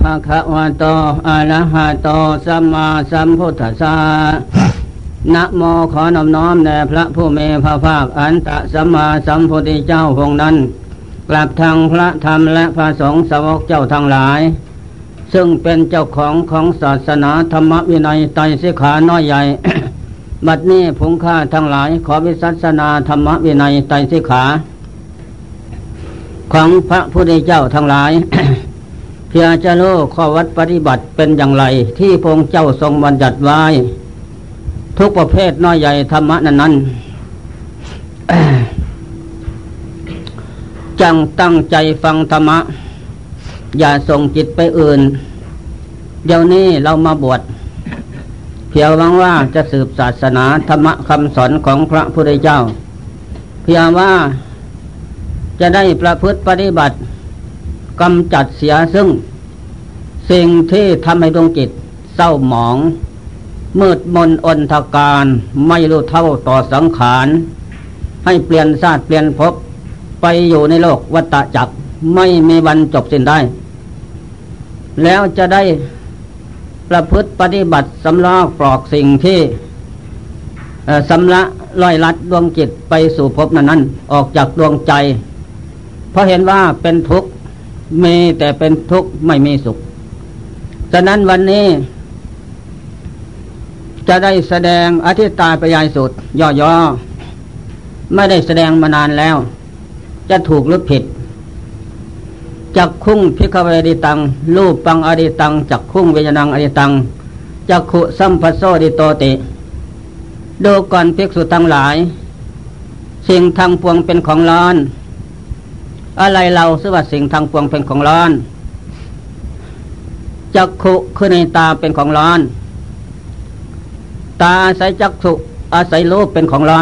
ภะคะวะโตอะระหะโตสัมมาสัมพุทธัสสะนะโมขอนอบน้อมแด่พระผู้มีพระภาคอรหันตสัมมาสัมพุทธเจ้าพระองค์นั้นกลับทางพระธรรมและพระสงฆ์สาวกเจ้าทั้งหลายซึ่งเป็นเจ้าของศาสนาธรรมวินัยไตรสิกขาน้อยใหญ่ บัดนี้ผงข้าทั้งหลายขอวิสัชนาธรรมวินัยไตรสิกขาของพระพุทธเจ้าทั้งหลาย เพื่อจะรู้ข้อวัดปฏิบัติเป็นอย่างไรที่พระองค์เจ้าทรงบัญญัติไว้ทุกประเภทน้อยใหญ่ธรรมะนั้น จังตั้งใจฟังธรรมะอย่าส่งจิตไปอื่นเดี๋ยวนี้เรามาบวชเพียงหวังว่าจะสืบศาสนาธรรมะคำสอนของพระพุทธเจ้าเพียงว่าจะได้ประพฤติปฏิบัติกำจัดเสียซึ่งสิ่งที่ทำให้ดวงจิตเศร้าหมองมืดมนอนทการไม่รู้เท่าต่อสังขารให้เปลี่ยนชาติเปลี่ยนภพไปอยู่ในโลกวัฏจักรไม่มีวันจบสิ้นได้แล้วจะได้ประพฤติปฏิบัติสำลักปลอกสิ่งที่สำละล่อยลัดดวงจิตไปสู่ภพนั้นออกจากดวงใจเพราะเห็นว่าเป็นทุกข์มีแต่เป็นทุกข์ไม่มีสุขฉะนั้นวันนี้จะได้แสดงอธิตาปยายสูตรย่อๆไม่ได้แสดงมานานแล้วจะถูกหรือผิดจักขุงภิกขเวดิตังรูปปังอดิตังจักขุงเวญนังอดิตังจักขุสัมปัสโสดิโตติดูก่อนภิกษุทั้งหลายสิ่งทางปวงเป็นของร้อนอะไรเราชื่อว่าสิ่งทางปวงเป็นของร้อนจักขุคือในตาเป็นของร้อนตาอาศัยจักขุอาศัยรูปเป็นของร้อน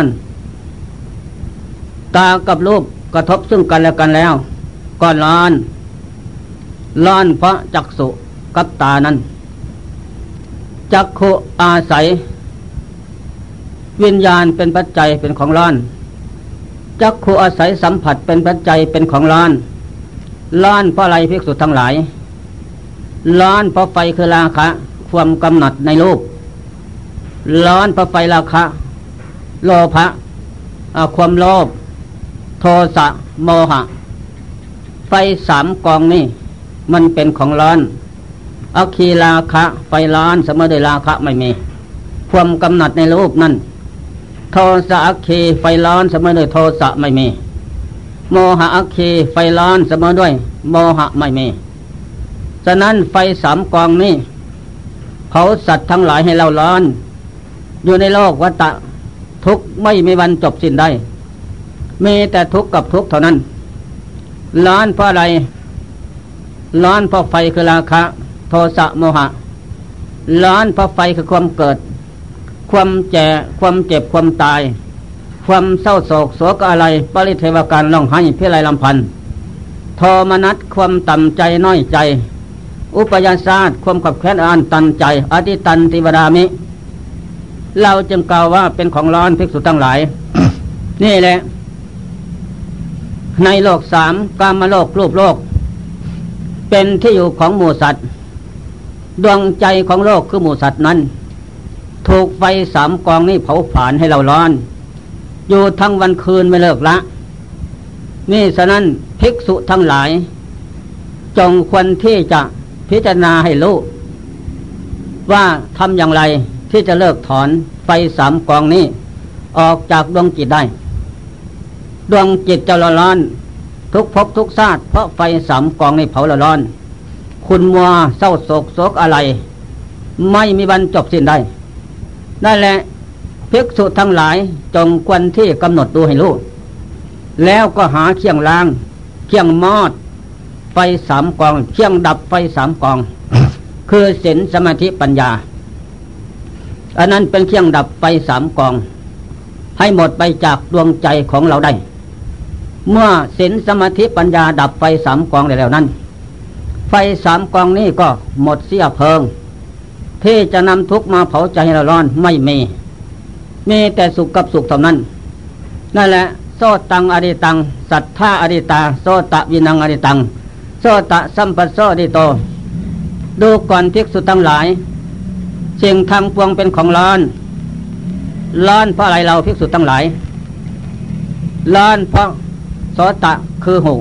ตากับรูปกระทบซึ่งกันและกันแล้วก็ร้อนเพราะจักษุกับตานั้นจักขุอาศัยวิญญาณเป็นปัจจัยเป็นของร้อนจักขุอาศัยสัมผัสเป็นปัจจัยเป็นของร้อนเพราะอะไรภิกษุทั้งหลายร้อนเพราะไฟคือราคะความกำหนัดในรูปร้อนเพราะไฟราคะโลภะความโลภโทสะโมหะไฟสามกองนี่มันเป็นของร้อนอคีราคะไฟร้อนเสมอด้วยราคะไม่มีความกำหนัดในรูปนั่นโทสะอคีไฟร้อนเสมอด้วยโทสะไม่มีโมหะอคีไฟร้อนเสมอด้วยโมหะไม่มีฉะนั้นไฟสามกองนี้เผาสัตว์ทั้งหลายให้เราร้อนอยู่ในโลกวัฏทุกข์ไม่มีวันจบสิ้นได้มีแต่ทุกข์กับทุกข์เท่านั้นร้อนเพราะอะไรร้อนเพราะไฟคือราคะโทสะโมหะร้อนเพราะไฟคือความเกิดความแก่ความเจ็บความตายความเศร้าโศกโศกอะไรปริเทวการร้องไห้พิไรลำพันธ์โทมนัสความต่ำใจน้อยใจอุปยาสาทความขับแค้นอันตันใจอธิตันติวดามิเราจึงกล่าวว่าเป็นของร้อนภิกษุทั้งหลาย นี่แหละในโลกสามกามโลกรูปโลกเป็นที่อยู่ของหมู่สัตว์ดวงใจของโลกคือหมู่สัตว์นั้นถูกไฟสามกองนี้เผาผลาญให้เราร้อนอยู่ทั้งวันคืนไม่เลิกละนี่ฉะนั้นภิกษุทั้งหลายจงควรที่จะพิจารณาให้รู้ว่าทำอย่างไรที่จะเลิกถอนไฟสามกองนี้ออกจากดวงจิตได้ดวงจิตจะร้อนทุกภพทุกชาติเพราะไฟสามกองนี้เผาร้อนคุณมัวเศร้าโศกโศกอะไรไม่มีวันจบสิ้นได้นั่นแหละภิกษุทั้งหลายจงควรที่กำหนดดูให้รู้แล้วก็หาเครื่องล้างเครื่องมอดไฟสามกองเครื่องดับไฟสามกอง คือศีลสมาธิปัญญาอันนั้นเป็นเครื่องดับไฟสามกองให้หมดไปจากดวงใจของเราได้เมื่อศีลสมาธิปัญญาดับไฟสามกองได้แล้วนั้นไฟสามกองนี้ก็หมดเสียเพลิงที่จะนำทุกข์มาเผาใจให้เราร้อนไม่มีแต่สุขกับสุขเท่านั้นนั่นแหละโสตังอดิตังสัทธาอดิตาโสตะวินังอดิตังโสตะสัมปัสโสดิโตดูก่อนภิกษุทั้งหลายสิ่งทั้งปวงเป็นของร้อนร้อนเพราะอะไรเราภิกษุทั้งหลายร้อนเพราะโสตะคือหู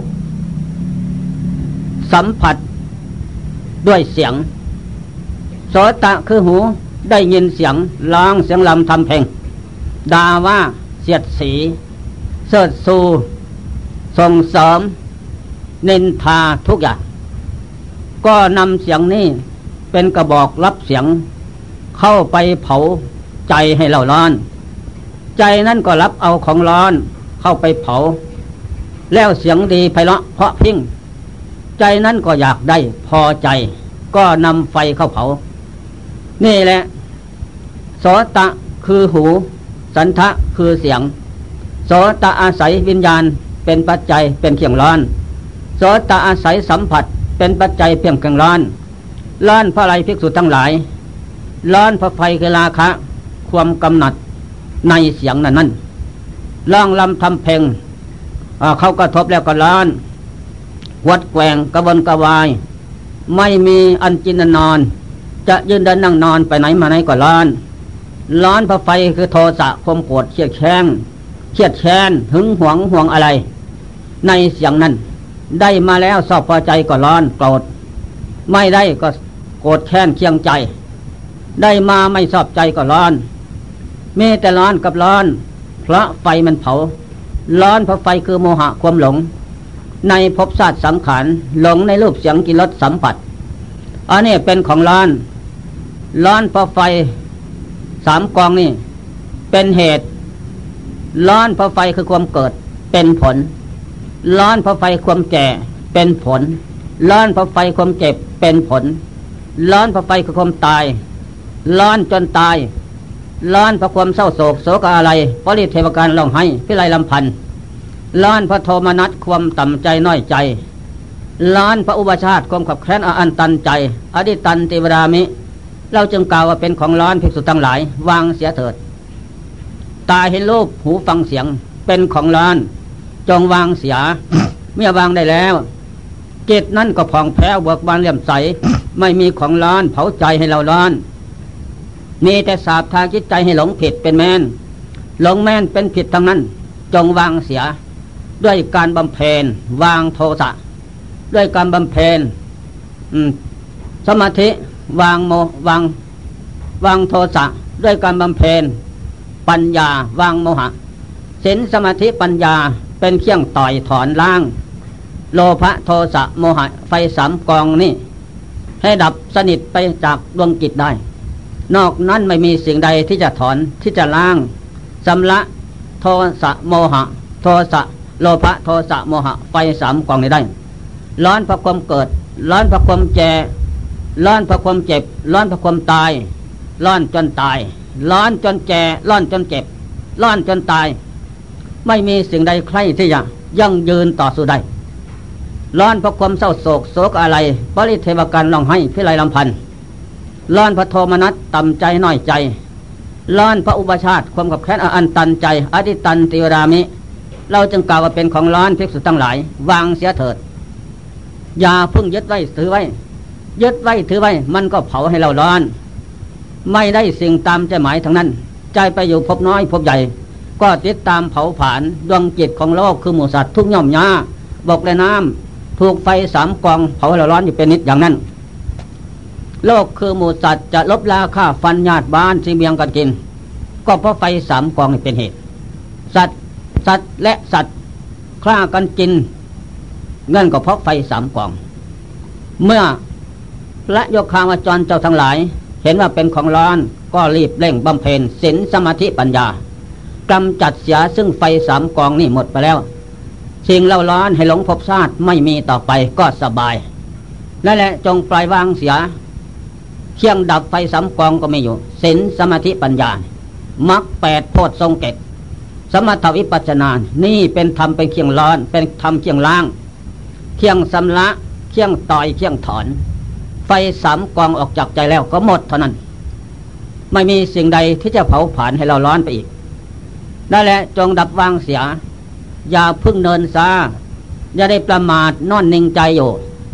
สัมผัสด้วยเสียงโสตะคือหูได้ยินเสียงร้องเสียงลำทำเพลงด่าว่าเสียดสีเสิดสูส่งเสริมนินทาทุกอย่างก็นำเสียงนี้เป็นกระบอกรับเสียงเข้าไปเผาใจให้เราร้อนใจนั้นก็รับเอาของร้อนเข้าไปเผาแล้วเสียงดีไพเราะเพราะพิ้งใจนั้นก็อยากได้พอใจก็นำไฟเข้าเผานี่แหละโสตะคือหูสันทะคือเสียงโสตะอาศัยวิญญาณเป็นปัจจัยเป็นเครื่องร้อนโสตะอาศัยสัมผัสเป็นปัจจัยเพียงเครื่องร้อนร้อนเพราะอะไรภิกษุทั้งหลายร้อนเพราะไฟคือราคะความกำหนัดในเสียงนั้นร้องลำทำเพลงเขากระทบแล้วก็ร้อนวัดแกว่งกระวนกระวายไม่มีอันกินอันนอนจะยืนเดินนั่งนอนไปไหนมาไหนก็ร้อนเพราะไฟคือโทสะความโกรธเครียดแค้นหึงหวงห่วงอะไรในเสียงนั้นได้มาแล้วชอบพอใจก็ร้อนโกรธไม่ได้ก็โกรธแค้นเคียงใจได้มาไม่ชอบใจก็ร้อนมีแต่ร้อนกับร้อนเพราะไฟมันเผาร้อนเพราะไฟคือโมหะความหลงในภพชาติสังขารหลงในรูปเสียงกลิ่นรสสัมผัสอันนี้เป็นของร้อนเพราะไฟสามกองนี่เป็นเหตุร้อนเพราะไฟคือความเกิดเป็นผลร้อนเพราะไฟความแก่เป็นผลร้อนเพราะไฟความเจ็บเป็นผลร้อนเพราะไฟคือความตายร้อนจนตายร้อนเพราะความเศร้าโศกโศกอะไรปริเทวการร้องไห้พิไรลำพันธ์ร้อนเพราะโทมนัสความต่ำใจน้อยใจร้อนเพราะอุบาชาตความขับแค้นอันตันใจอดิตันติวรามิเราจึงกล่าวว่าเป็นของร้อนภิกษุทั้งหลายวางเสียเถิดตาเห็นรูปหูฟังเสียงเป็นของร้อนจงวางเสีย เมื่อวางได้แล้วจิตนั้นก็ผ่องแผ้วเบิกบานเลี่ยมใส ไม่มีของร้อนเผาใจให้เราร้อนมีแต่สาบทางจิตใจให้หลงผิดเป็นแม่นหลงแม่นเป็นผิดทั้งนั้นจงวางเสียด้วยการบำเพ็ญวางโทสะด้วยการบำเพ็ญสมาธิวางโทสะด้วยการบำเพ็ญปัญญาวางโมหะศีลสมาธิปัญญาเป็นเครื่องต่อยถอนล้างโลภะโทสะโมหะไฟสามกองนี่ให้ดับสนิทไปจากดวงจิตได้นอกนั้นไม่มีสิ่งใดที่จะถอนที่จะล้างชำระโทสะโมหะโทสะโลภะโทสะโมหะไฟสามกองนี้ได้ร้อนเพราะความเกิดร้อนเพราะความแก่ร้อนเพราะความเจ็บร้อนเพราะความตายร้อนจนตายร้อนจนแก่ร้อนจนเจ็บร้อนจนตายไม่มีสิ่งใดใครที่จะยั่งยืนต่อสู้ได้ร้อนเพราะความเศร้าโศกโศกอะไรปริเทวการร้องไห้พิไรลำพันธ์ร้อนเพราะโทมนัสต่ำใจน้อยใจร้อนเพราะอุปาชาตความขับแค้นอันตันใจอดิตันติวรามิเราจึงกล่าวว่าเป็นของร้อนภิกษุทั้งหลายวางเสียเถิดอย่าพึ่งยึดไว้ถือไว้ถือไว้มันก็เผาให้เราร้อนไม่ได้สิ่งตามใจหมายทั้งนั้นใจไปอยู่พบน้อยพบใหญ่ก็ติดตามเผาผลาญดวงจิตของโลกคือหมู่สัตว์ทุกย่อมย่าบกและน้ำถูกไฟสามกองเผาให้เราร้อนอยู่เป็นนิดอย่างนั้นโลกคือหมู่สัตว์จะลบราฆ่าฟันญาติบ้านที่เบียงกันกินก็เพราะไฟสามกองนี่เป็นเหตุสัตว์และสัตว์ฆ่ากันกินเงื่อนก็เพราะไฟสามกองเมื่อพระโยคาวจรเจ้าทั้งหลายเห็นว่าเป็นของร้อนก็รีบเร่งบำเพ็ญศีลสมาธิปัญญากำจัดเสียซึ่งไฟสามกองนี่หมดไปแล้วสิ่งเล่าร้อนให้หลงภพชาติไม่มีต่อไปก็สบายนั่นแหละจงปล่อยวางเสียเครื่องดับไฟสามกองก็ไม่อยู่ศีลสมาธิปัญญามรรคแปดโพชฌงค์เจ็ดสมถวิปัสสนานี่เป็นธรรมเป็นเครื่องร้อนเป็นธรรมเครื่องล้างเครื่องสำละเครื่องต่อยเครื่องถอนไฟสามกองออกจากใจแล้วก็หมดเท่านั้นไม่มีสิ่งใดที่จะเผาผลาญให้เราร้อนไปอีกนั่นแหละจงดับวางเสียอย่าพึ่งเนินซาอย่าได้ประมาทนอนนิ่งใจอยู่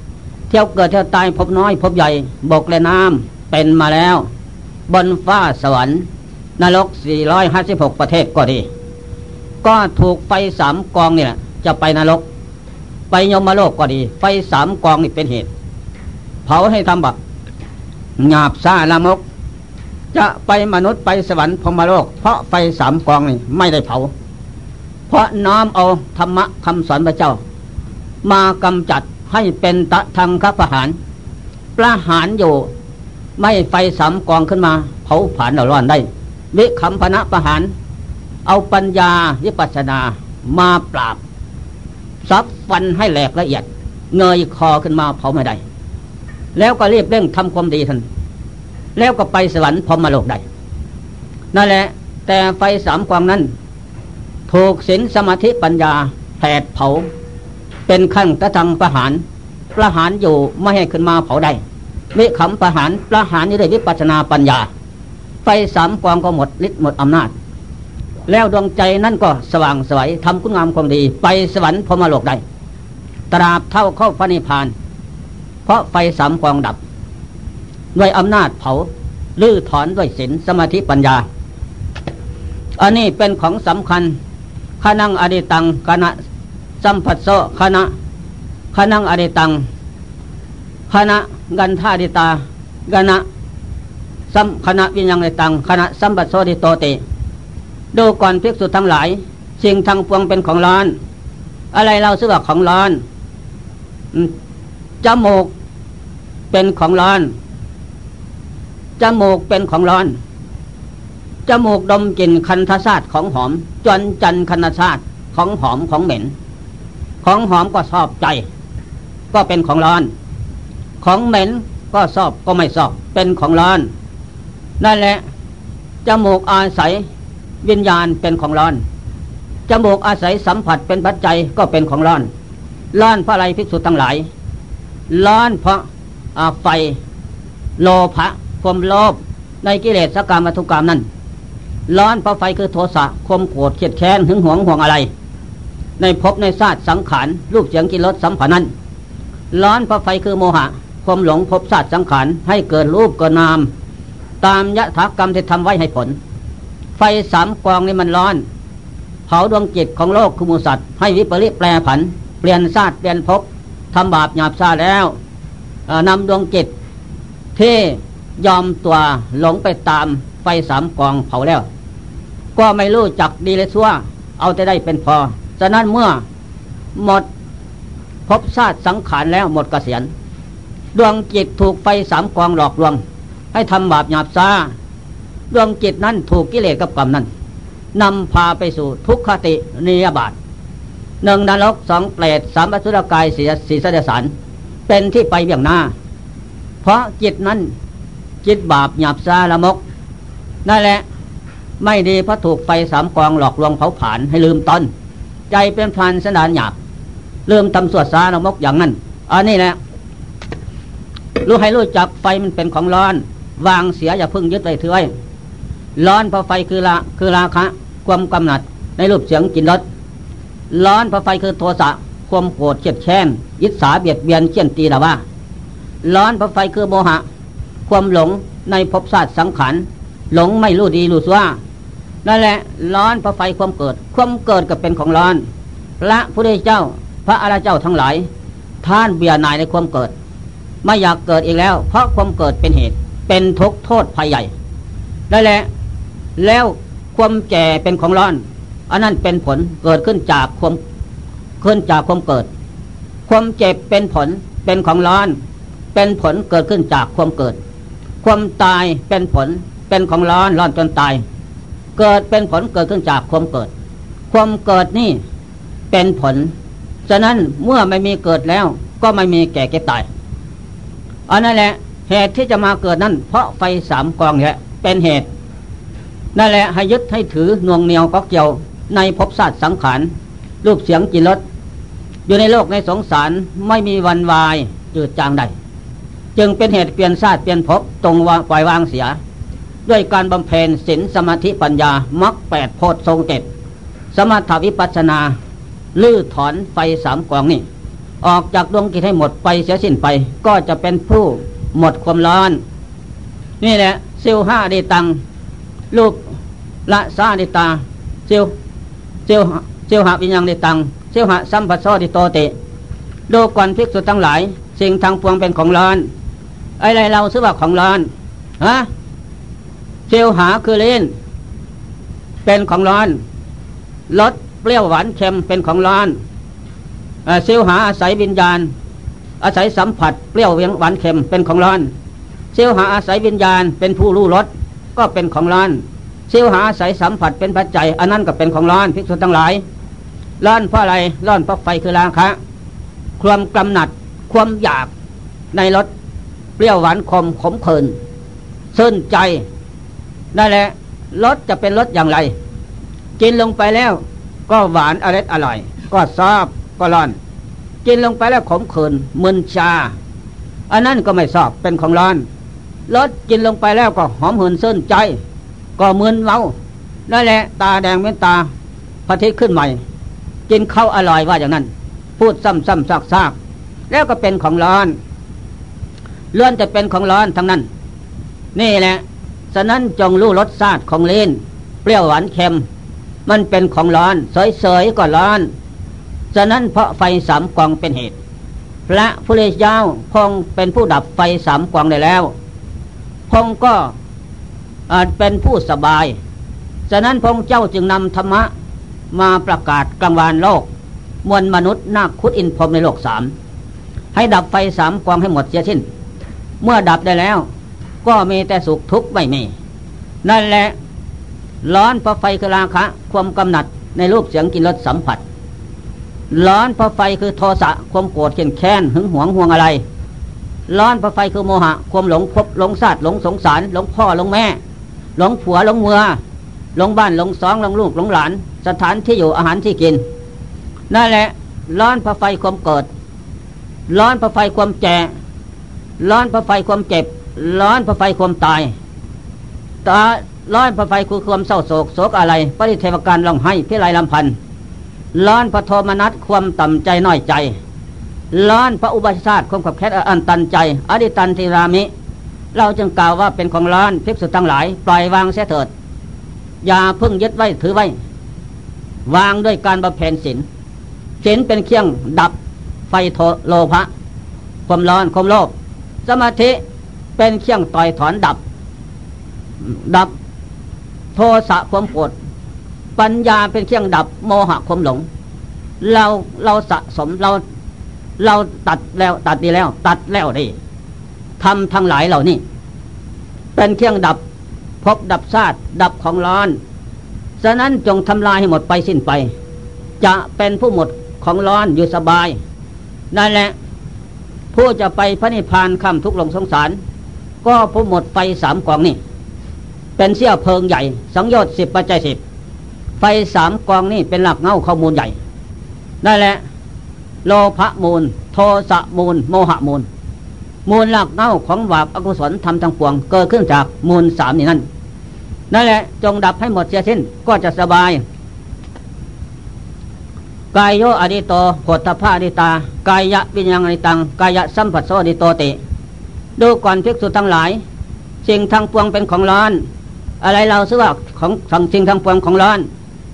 เที่ยวเกิดเที่ยวตายพบน้อยพบใหญ่บกและน้ำเป็นมาแล้วบนฟ้าสวรรค์นรก456ประเทศก็ดีก็ถูกไฟ3กองนี่แหละจะไปนรกไปยมโลกก็ดีไฟ3กองนี่เป็นเหตุเผาให้ทำบาปหยาบซ่าละมกจะไปมนุษย์ไปสวรรค์พรหมโลกเพราะไฟ3กองนี่ไม่ได้เผาเพราะน้อมเอาธรรมะคำสอนพระเจ้ามากำจัดให้เป็นตะทังคประหารประหารอยู่ไม่ไฟ3กองขึ้นมาเผาผลาญเราร้อนได้วิคัมภนะประหารเอาปัญญาวิปัสสนามาปราบซับฟันให้แหลกละเอียดเงยคอขึ้นมาเผาไม่ได้แล้วก็รีบเร่งทำความดีทันแล้วก็ไปสวรรค์พรหมโลกได้นั่นแหละแต่ไฟ3กองนั้นถูกศีลสมาธิปัญญาแผดเผาเป็นขั้นตะทังประหารอยู่ไม่ให้ขึ้นมาเผาได้วิคัมประหารนี่ด้วยวิปัสสนาปัญญาไฟ3กองก็หมดฤทธิ์หมดอำนาจแล้วดวงใจนั่นก็สว่างไสวทำคุณงามความดีไปสวรรค์พรหมโลกได้ตราบเท่าเข้าพระนิพพานเพราะไฟ3กองดับด้วยอำนาจเผาลื้อถอนด้วยศีลสมาธิปัญญาอันนี้เป็นของสำคัญขนังอดิตังคณะสัมผัสโสคณะอดิตังคณะกันธาดิตาคณะวิญญังอดิตังคณะสัมผัสโสดิโตติดูก่อนภิกษุทั้งหลายสิ่งทั้งปวงเป็นของร้อนอะไรเราชื่อว่าของร้อนจมูกเป็นของร้อนจมูกเป็นของร้อนจมูกดมกลิ่นคันธชาติของหอมจวนจันคันธชาติของหอมของเหม็นของหอมก็ชอบใจก็เป็นของร้อนของเหม็นก็ชอบก็ไม่ชอบเป็นของร้อนนั่นแหละจมูกอาศัยวิญญาณเป็นของร้อนจมูกอาศัยสัมผัสเป็นปัจจัยก็เป็นของร้อนร้อนเพราะอะไรภิกษุทั้งหลายร้อนเพราะไฟโลภะความโลภในกิเลสกามวัตถุกรรมนั้นร้อนเพราะไฟคือโทสะความโกรธเกลียดแค้นหึงหวงห่วงอะไรในภพในชาติสังขารรูปเสียงกลิ่นรสสัมผัสนั้นร้อนเพราะไฟคือโมหะความหลงภพชาติสังขารให้เกิดรูปเกิดนามตามยถากรรมที่ทำไว้ให้ผลไฟ3กองนี้มันร้อนเผาดวงจิตของโลกคือมูสัตว์ให้วิปริแปรผันเปลี่ยนชาติเปลี่ยนภพทำบาปหยาบซ่าแล้วนำดวงจิตที่ยอมตัวหลงไปตามไฟ3กองเผาแล้วก็ไม่รู้จักดีเลยชั่วเอาแต่ได้เป็นพอฉะนั้นเมื่อหมดภพชาติสังขารแล้วหมดเกษียณดวงจิตถูกไฟ3กองหลอกลวงให้ทำบาปหยาบซ่าดวงจิตนั้นถูกกิเลสกับกรรมนั้นนำพาไปสู่ทุกขตินิยบาต1นรก2เปรต3อสุรกาย4สัตว์เดรัจฉานเป็นที่ไปเบื้องหน้าเพราะจิตนั้นจิตบาปหยาบซ่าละมกนั่นแหละไม่ดีเพราะถูกไฟ3กองหลอกลวงเผาผลาญให้ลืมตนใจเป็นพรานสันดานหยาบลืมทำสวดสาละมกอย่างนั้นอันนี้แหละรู้จักไฟมันเป็นของร้อนวางเสียอย่าพึ่งยึดไว้ถือไว้ร้อนเพราะไฟคือราคะความกำหนัดในรูปเสียงกลิ่นรสร้อนเพราะไฟคือโทสะความโกรธเกลียดแค้นอิจฉาเบียดเบียนเคี่ยนตีด่าว่าร้อนเพราะไฟคือโมหะความหลงในภพชาติสังขารหลงไม่รู้ดีรู้ชั่วนั่นแหละร้อนเพราะไฟความเกิดก็เป็นของร้อนพระพุทธเจ้าพระอริยเจ้าทั้งหลายท่านเบื่อหน่ายในความเกิดไม่อยากเกิดอีกแล้วเพราะความเกิดเป็นเหตุเป็นทุกข์โทษภัยใหญ่นั่นแหละแล้วความแก่เป็นของร้อนอันนั้นเป็นผลเกิดขึ้นจากความเกิดความเจ็บเป็นผลเป็นของร้อนเป็นผลเกิดขึ้นจากความเกิดความตายเป็นผลเป็นของร้อนจนตายเกิดเป็นผลเกิดขึ้นจากความเกิดนี่เป็นผลฉะนั้นเมื่อไม่มีเกิดแล้วก็ไม่มีแก่เก็บตายอันนั้นแหละเหตุที่จะมาเกิดนั้นเพราะไฟ3กองเนี่ยเป็นเหตุนั่นแหละให้ยึดให้ถือหน่วงเหนี่ยวก็เกี่ยวในภพชาติสังขารรูปเสียงกลิ่นรสอยู่ในโลกในสงสารไม่มีวันวายจืดจางใดจึงเป็นเหตุเปลี่ยนชาติเปลี่ยนภพตรงปล่อยวางเสียด้วยการบำเพ็ญศีลสมาธิปัญญามรรค8โพชฌงค์7สมถวิปัสสนาลื้อถอนไฟ3กองนี่ออกจากดวงกิจให้หมดไปเสียสิ้นไปก็จะเป็นผู้หมดความร้อนนี่แหละซิวห้าดิตังรูปละสาดิตาซิวหะวิญญังดิตังซิวหะสัมปัสโสดิโตติดูก่อนภิกษุทั้งหลายสิ่งทางปวงเป็นของร้อนอะไรเราซื้อว่าของร้อนฮะซิวหาคือลิ้นเป็นของร้อนรสเปรี้ยวหวานเค็มเป็นของร้อนซิวหาอาศัยวิญญาณอาศัยสัมผัสเปรี้ยวหวานเค็มเป็นของร้อนซิวหาอาศัยวิญญาณเป็นผู้รู้รสก็เป็นของร้อนซิวหาอาศัยสัมผัสเป็นปัจจัยอันนั้นก็เป็นของร้อนภิกษุทั้งหลายร้อนเพราะอะไรร้อนเพราะไฟคือราคะความกำหนัดความอยากในรสเปรี้ยวหวานขมขื่นซึ้งใจนั่นแหละรสจะเป็นรสอย่างไรกินลงไปแล้วก็หวานอร่อยก็ซาบก็ร้อนกินลงไปแล้วขมขื่นมึนชาอันนั้นก็ไม่ชอบเป็นของร้อนรสกินลงไปแล้วก็หอมหืนซึ้งใจก็มึนเมานั่นแหละตาแดงเป็นตาพระอาทิตย์ขึ้นใหม่กินข้าวอร่อยว่าอย่างนั้นพูดซ้ำๆซากๆแล้วก็เป็นของร้อนล้วนจะเป็นของร้อนทั้งนั้นนี่แหละฉะนั้นจงรู้รสชาติของลิ้นเปรี้ยวหวานเค็มมันเป็นของร้อนเสยๆก็ร้อนฉะนั้นเพราะไฟสามกองเป็นเหตุพระพุทธเจ้าพงเป็นผู้ดับไฟสามกองได้แล้วพงก็เป็นผู้สบายฉะนั้นพงเจ้าจึงนำธรรมะมาประกาศกลางวานโลกมวลมนุษย์นาคคุดอินพรหมในโลกสามให้ดับไฟสามกองให้หมดเสียสิ้นเมื่อดับได้แล้วก็มีแต่สุขทุกข์ไม่มีนั่นแหละร้อนเพราะไฟคือราคะความกำหนัดในรูปเสียงกลิ่นรสสัมผัสร้อนเพราะไฟคือโทสะความโกรธเกลียดแค้นหึงหวงห่วงอะไรร้อนเพราะไฟคือโมหะความหลงภพหลงชาติหลงสงสารหลงพ่อหลงแม่หลงผัวหลงเมียหลงบ้านหลงซองหลงลูกหลงหลานสถานที่อยู่อาหารที่กินนั่นแหละร้อนเพราะไฟความเกิดร้อนเพราะไฟความแก่ร้อนเพราะไฟความเจ็บร้อนเพราะไฟความตายร้อนเพราะไฟคือความเศร้าโศกอะไรปริเทวการร้องไห้พิไรลำพันธ์ร้อนเพราะโทมนัสความต่ำใจน้อยใจร้อนเพราะอุบัติชาติความขับแค้นอันตันใจอดิตันติรามิเราจึงกล่าวว่าเป็นของร้อนภิกษุทั้งหลายปล่อยวางเสียเถิดอย่าพึ่งยึดไว้ถือไว้วางด้วยการบำเพ็ญศีลเป็นเครื่องดับไฟโลภะความร้อนความโลภสมาธิเป็นเครื่องต่อยถอนดับโทสะความโกรธปัญญาเป็นเครื่องดับโมหะความหลงเราสะสมเราตัดดีแล้วตัดแล้วดิทำทั้งหลายเหล่านี้เป็นเครื่องดับภพดับชาติดับของร้อนฉะนั้นจงทำลายให้หมดไปสิ้นไปจะเป็นผู้หมดของร้อนอยู่สบายนั่นแหละผู้จะไปพระนิพพานข้ามทุกข์ลงสงสารก็ผู้หมดไฟสามกองนี่เป็นเสี้ยวเพลิงใหญ่สังโยชน์10 ปัจจัย 10ไฟสามกองนี่เป็นหลักเง่าข้อมูลใหญ่นั่นแหละโลภะมูลโทสะมูลโมหะมูลหลักเง่าของบาปอกุศลทำทั้งปวงเกิดขึ้นจากมูล3นี่นั่นแหละจงดับให้หมดเสียสิ้นก็จะสบายกายโยอดิโตโหตภาอดิตากายะวิญญังอดิตังกายะสัมผัสโสอดิโตติดูก่อนภิกษุทั้งหลายสิ่งทางปวงเป็นของร้อนอะไรเราซื้อว่าของสิ่งทางปวงของร้อน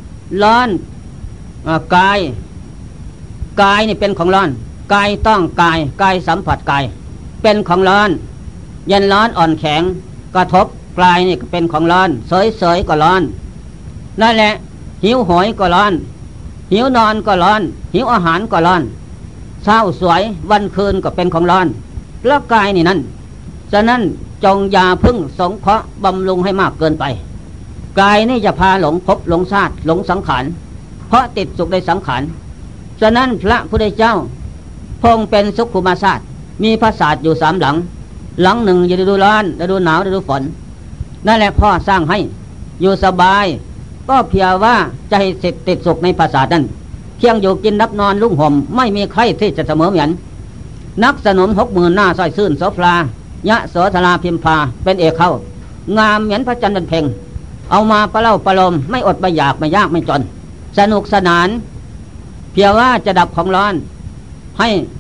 กายนี่เป็นของร้อนกายต้องกายสัมผัสกายเป็นของร้อนเย็นร้อนอ่อนแข็งกระทบกายนี่เป็นของร้อนเสยก็ร้อนนั่นแหละหิวโหยก็ร้อนหิวนอนก็ร้อนหิวอาหารก็ร้อนเช้าสวยวันคืนก็เป็นของร้อนแล้วกายนี่นั่นฉะนั้นจงอย่าพึ่งสงเคราะห์บำรุงให้มากเกินไปกายนี่จะพาหลงภพหลงชาติหลงสังขารเพราะติดสุขในสังขารฉะนั้นพระพุทธเจ้าพงเป็นสุขุมาศาสตร์มีพระศาสตร์อยู่3 หลังหนึ่งอยู่ฤดูร้อนฤดูหนาวฤดูฝนนั่นแหละพ่อสร้างให้อยู่สบายก็เพียงว่าจะให้ติดสุขในพระศาสตร์นั้นเคียงอยู่กินนับนอนลุ่งห่มไม่มีใครที่จะเสมอเหมือนนักสนม60,000หน้าสร้อยซื่นโสภายะโสธราพิมพาเป็นเอกเข้างามเหมือนพระจันทร์เป็นเพ่งเอามาประเล่าประโลมไม่อดไม่อยากไม่ยากไม่จนสนุกสนานเพียงว่าจะดับของร้อนให้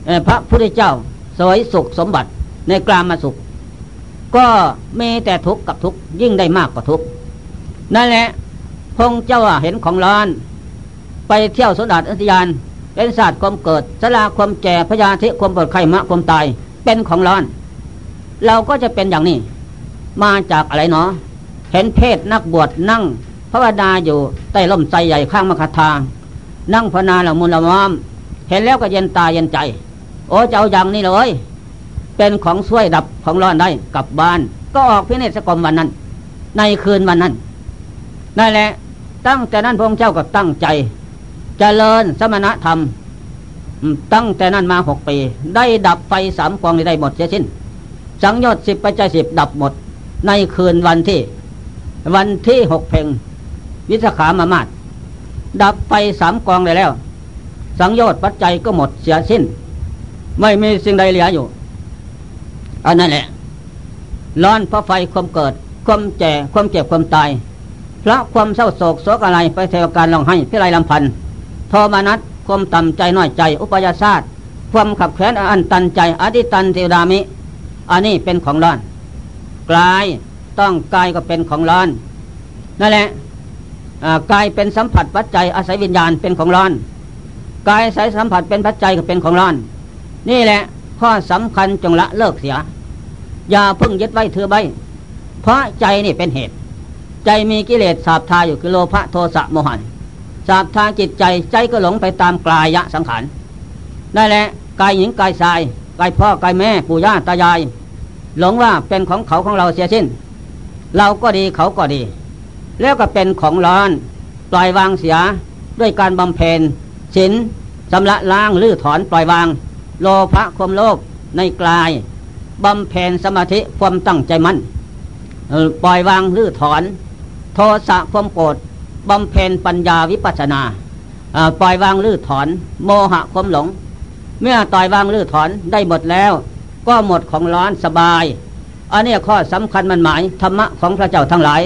พระพุทธเจ้าเสวยสุขสมบัติในกลามสุขก็มีแต่ทุกข์กับทุกข์ยิ่งได้มากกว่าทุกข์นั่นแหละพงเจ้าเห็นของร้อนไปเที่ยวสวนอุทยานเป็นศาสตร์ความเกิดสลาความแก่พยาธิความปวดไข้มะความตายเป็นของร้อนเราก็จะเป็นอย่างนี้มาจากอะไรเนาะเห็นเพศนักบวชนั่งภาวนาอยู่ใต้ร่มไทรใหญ่ข้างมคธานั่งภาวนาละมุนละม่อมเห็นแล้วก็เย็นตาเย็นใจโอ้จะเอาอย่างนี้เลยเป็นของช่วยดับของร้อนได้กลับบ้านก็ออกพิเนศกรมวันนั้นในคืนวันนั้นนั่นแหละตั้งแต่นั้นพระองค์เจ้าก็ตั้งใจเจริญสมณธรรมตั้งแต่นั้นมา6 ปีได้ดับไฟ3 กองได้หมดเสียสิ้นสังโยชน์10 ปัจจัย10ดับหมดในคืนวันที่6 เพ็ญวิสาขามาสดับไฟ3 กองได้แล้วสังโยชน์ปัจจัยก็หมดเสียสิ้นไม่มีสิ่งใดเหลืออยู่อันนั้นแหละร้อนเพราะไฟความเกิดความแก่ความเจ็บความตายเพราะความเศร้าโศกโศกอะไรไปเทวการร้องไห้พิไรลำพันธ์โทมนัสความต่ำใจน้อยใจอุปยาสาตความขับแค้นอันตันใจอธิตันเทวดามิอันนี้เป็นของร้อนกายต้องกายก็เป็นของร้อนนั่นแหละกายเป็นสัมผัสปัจจัยอาศัยวิญญาณเป็นของร้อนกายอาศัยสัมผัสเป็นปัจจัยก็เป็นของร้อนนี่แหละข้อสำคัญจงละเลิกเสียอย่าพึ่งยึดไว้ถือไว้เพราะใจนี่เป็นเหตุใจมีกิเลสสาบทาอยู่คือโลภะโทสะโมหะสาบทาจิตใจก็หลงไปตามกายสังขารนั่นแหละกายหญิงกายชายกายพ่อกายแม่ปู่ย่าตายายหลงว่าเป็นของเขาของเราเสียสิ้นเราก็ดีเขาก็ดีแล้วก็เป็นของร้อนปล่อยวางเสียด้วยการบำเพ็ญศีลชำระล้างลื้อถอนปล่อยวางโลภะความโลภในกายบำเพ็ญสมาธิความตั้งใจมั่นปล่อยวางลื้อถอนโทสะความโกรธบำเพ็ญปัญญาวิปัสสนาปล่อยวางลื้อถอนโมหะความหลงเมื่อปล่อยวางลื้อถอนได้หมดแล้วก็หมดของร้อนสบายอันนี้ข้อสำคัญมันหมายธรรมะของพระเจ้าทั้งหลาย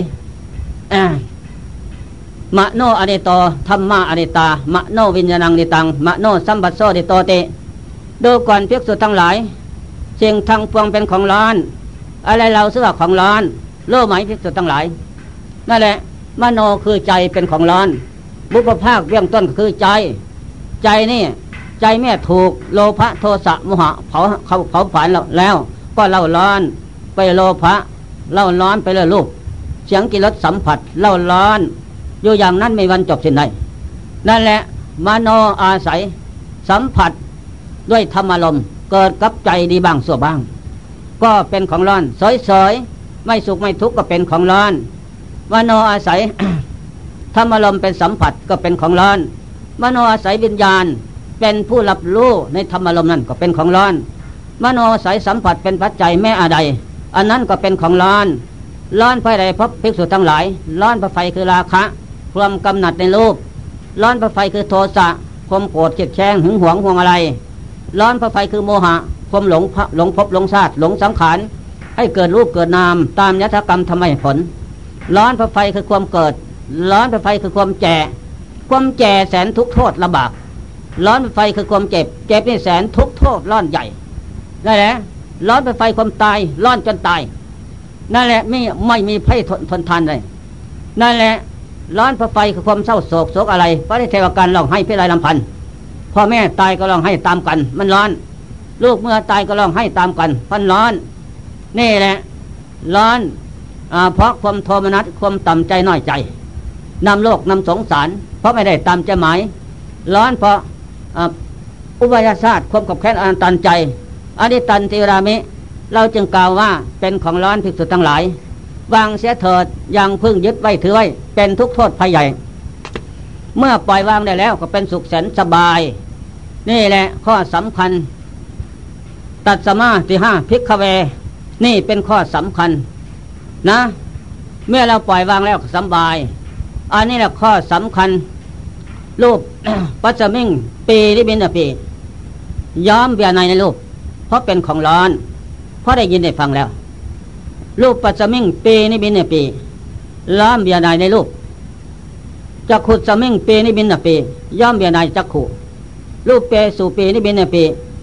มโนอนิโตธรรมะอนิตามโนวิญญาณังนิตังมโนสัมปัสโสนิโตเตดูก่อนภิกษุทั้งหลายสิ่งทั้งปวงเป็นของร้อนอะไรเราเสื้อของร้อนรู้ไหมภิกษุทั้งหลายนั่นแหละมโนคือใจเป็นของร้อนบุพภาคเบื้องต้นคือใจนี่ใจแม่ถูกโลภะโทสะโมหะเผาผลาญแล้วก็เล่าร้อนไปโลภะเล่าร้อนไปเลยรูปเสียงกิริยสัมผัสเล่าร้อนอยู่อย่างนั้นไม่วันจบสิ้นใดนั่นแหละมโนอาศัยสัมผัสด้วยธรรมารมณ์เกิดกับใจดีบ้างชั่วบ้างก็เป็นของร้อนเฉยๆไม่สุขไม่ทุกข์ก็เป็นของร้อนมโนอาศัย ธรรมารมณ์เป็นสัมผัสก็เป็นของร้อนมโนอาศัยวิญญาณเป็นผู้รับรู้ในธรรมารมณ์นั้นก็เป็นของร้อนมโนอาศัยสัมผัสเป็นปัจจัยแม่อะไรอันนั้นก็เป็นของร้อนร้อนไฟใดพบภิกษุทั้งหลายร้อนไฟคือราคะความกำหนัดในรูปร้อนไฟคือโทสะความโกรธเกลียดแค้นหึงหวงห่วงอะไรร้อนไฟคือโมหะความหลงภพหลงชาติหลงสังขารให้เกิดรูปเกิดนามตามยถกรรมทำไมผลร้อนไฟคือความเกิดร้อนไฟคือความแก่แสนทุกข์โทษลำบากร้อนไฟคือความเจ็บนี่แสนทุกข์โทษร้อนใหญ่นั่นแหละร้อนไฟความตายร้อนจนตายนั่นแหละไม่มีไฟทนทานเลยนั่นแหละร้อนไฟคือความเศร้าโศกอะไรพระเทวการร้องให้พิไรลำพันธ์พ่อแม่ตายก็ร้องให้ตามกันมันร้อนลูกเมื่อตายก็ร้องให้ตามกันมันร้อนนี่แหละร้อนเพราะความโทมนัสความต่ำใจน้อยใจนำโลกนำสงสารเพราะไม่ได้ตามใจหมายร้อนเพราะอุปยาสาตความขับแค้นอันตันใจอนิตันติรามิเราจึงกล่าวว่าเป็นของร้อนภิกษุทั้งหลายวางเสียเถิดยังพึ่งยึดไว้ถือไว้เป็นทุกข์โทษภัยใหญ่เมื่อปล่อยวางได้แล้วก็เป็นสุขแสนสบายนี่แหละข้อสำคัญตัดสมาธิ5ภิกขเวนี่เป็นข้อสำคัญนะเมื่อเราปล่อยวางแล้วสบายอันนี้แหละข้อสำคัญรูป ปัจจมิงปีนิบินปีย้อมเบียในรูปเพราะเป็นของร้อนเพราะได้ยินได้ฟังแล้วรูปปัจจมิงปีนิบินปีล้อมเบียในรูปจักขุสมิงปีนิบินปีย้อมเบียในจักขุรูปเปสุปีนิบินปี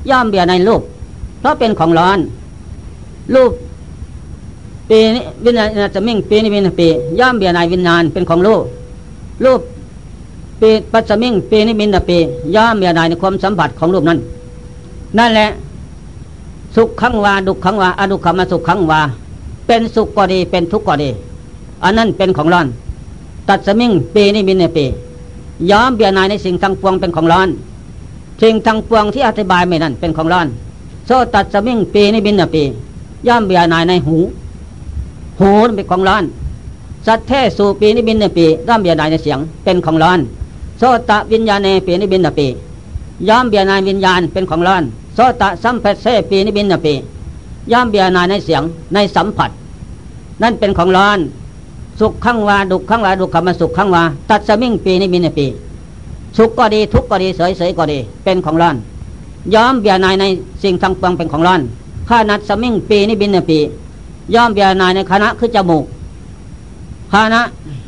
ย่อมเบียดในรูปเพราะเป็นของร้อนรูปปีนี้วิญญาณจะมิ่งปีนี้วิญญาณปีย่อมเบียดในวิญญาณเป็นของรูปรูปปีปัจจมิ่งปีนี้วิญญาณปีย่อมเบียดในความสัมผัสของรูปนั้นนั่นแหละสุขขังวาดุขขังวาอดุขมาสุขขังวาเป็นสุขก็ดีเป็นทุกข์ก็ดีอันนั้นเป็นของร้อนตัดสมิงปีนี้บินในปีย้อมเบียนายในสิ่งทั้งปวงเป็นของร้อนสิ่งทั้งปวงที่อธิบายไม่นั่นเป็นของร้อนโซตัดสมิงปีนี้บินในปีย้อมเบียนายในหูเป็นของร้อนสัตเทสูปีนี้บินในปีย้อมเบียนายในเสียงเป็นของร้อนโซตะวิญญาณในปีนี้บินในปีย้อมเบียนายวิญญาณเป็นของร้อนโสตะสัมผัสเสปีนิบินนปีย่อมเบียนาในเสียงในสัมผัสนั่นเป็นของร้อนสุขขังวาดุขขังวาดุขมาสุขขังวาตัดสมิงปีนิบินนปีสุขก็ดีทุกข์ก็ดีเสยก็ดีเป็นของร้อนย่อมเบียนายในสิ่งทั้งปวงเป็นของร้อนข้านัดสมิงปีนิบินนปีย่อมเบียนายในคณะคือจมูกคณะ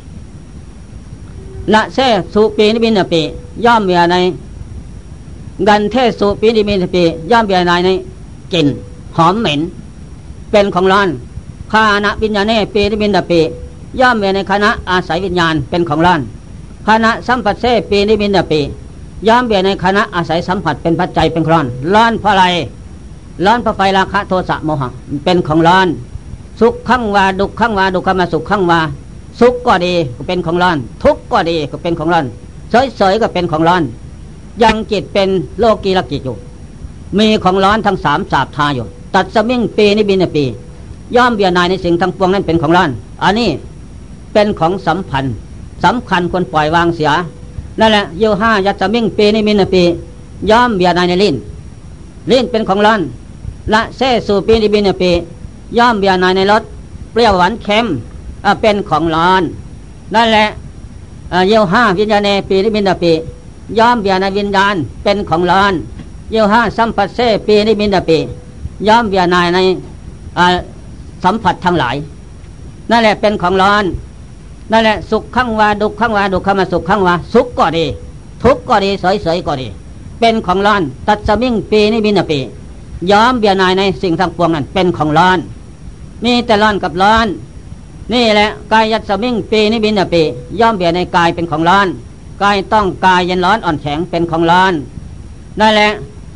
ละเสสุปีนิบินนปีย่อมเบียในกันเทสุปีนิบินปีย่อมเบียนายในกลิ่นหอมเหม็นเป็นของร้อนคานะวิญญาณปีนิบินปีย่อมเบียในคณะอาศัยวิญญาณเป็นของร้อนคณะสัมผัสเสปีนิบินปีย่อมเบียในคณะอาศัยสัมผัสเป็นปัจจัยเป็นร้อนร้อนเพราะอะไรร้อนเพราะไฟราคะโทสะโมหะเป็นของร้อนสุขขังวาดุขขังวาดุขมาสุขขังวาสุขก็ดีก็เป็นของร้อนทุกข์ก็ดีก็เป็นของร้อนเฉยก็เป็นของร้อนยังจิตเป็นโลกีรกิจอยู่มีของร้อนทั้งสามสาบทาอยู่ตัดสมิงปีนิบินปีย่อมเบียนายในสิ่งทั้งปวงนั้นเป็นของร้อนอันนี้เป็นของสัมพันธ์สำคัญควรปล่อยวางเสียนั่นแหละโยห้ายัตสมิงปีนิบินปีย่อมเบียนายในลิ้นเป็นของร้อนละเสสูปีนิบินปีย่อมเบียนายในรสเปรี้ยวหวานเค็มเป็นของร้อนนั่นแหละโยห้าวิญญาณปีนิบินปีย่อมเบียในวิญญาณเป็นของร้อนโยห้าสัมผัสเสปีนิบินปีย่อมเบียนายในสัมผัสทั้งหลายนั่นแหละเป็นของร้อนนั่นแหละสุขขังวาดุขขังวาดุขมาสุขขังวาสุขก็ดีทุกข์ก็ดีเฉยก็ดีเป็นของร้อนตัดสมิงปีนิบินปีย่อมเบียนายในสิ่งทั้งปวงนั้นเป็นของร้อนมีแต่ร้อนกับร้อนนี่แหละกายยัตสมิงปีนิบินปีย่อมเบียในกายเป็นของร้อนกายต้องกายเย็นร้อนอ่อนแข็งเป็นของร้อนนั่นแหละ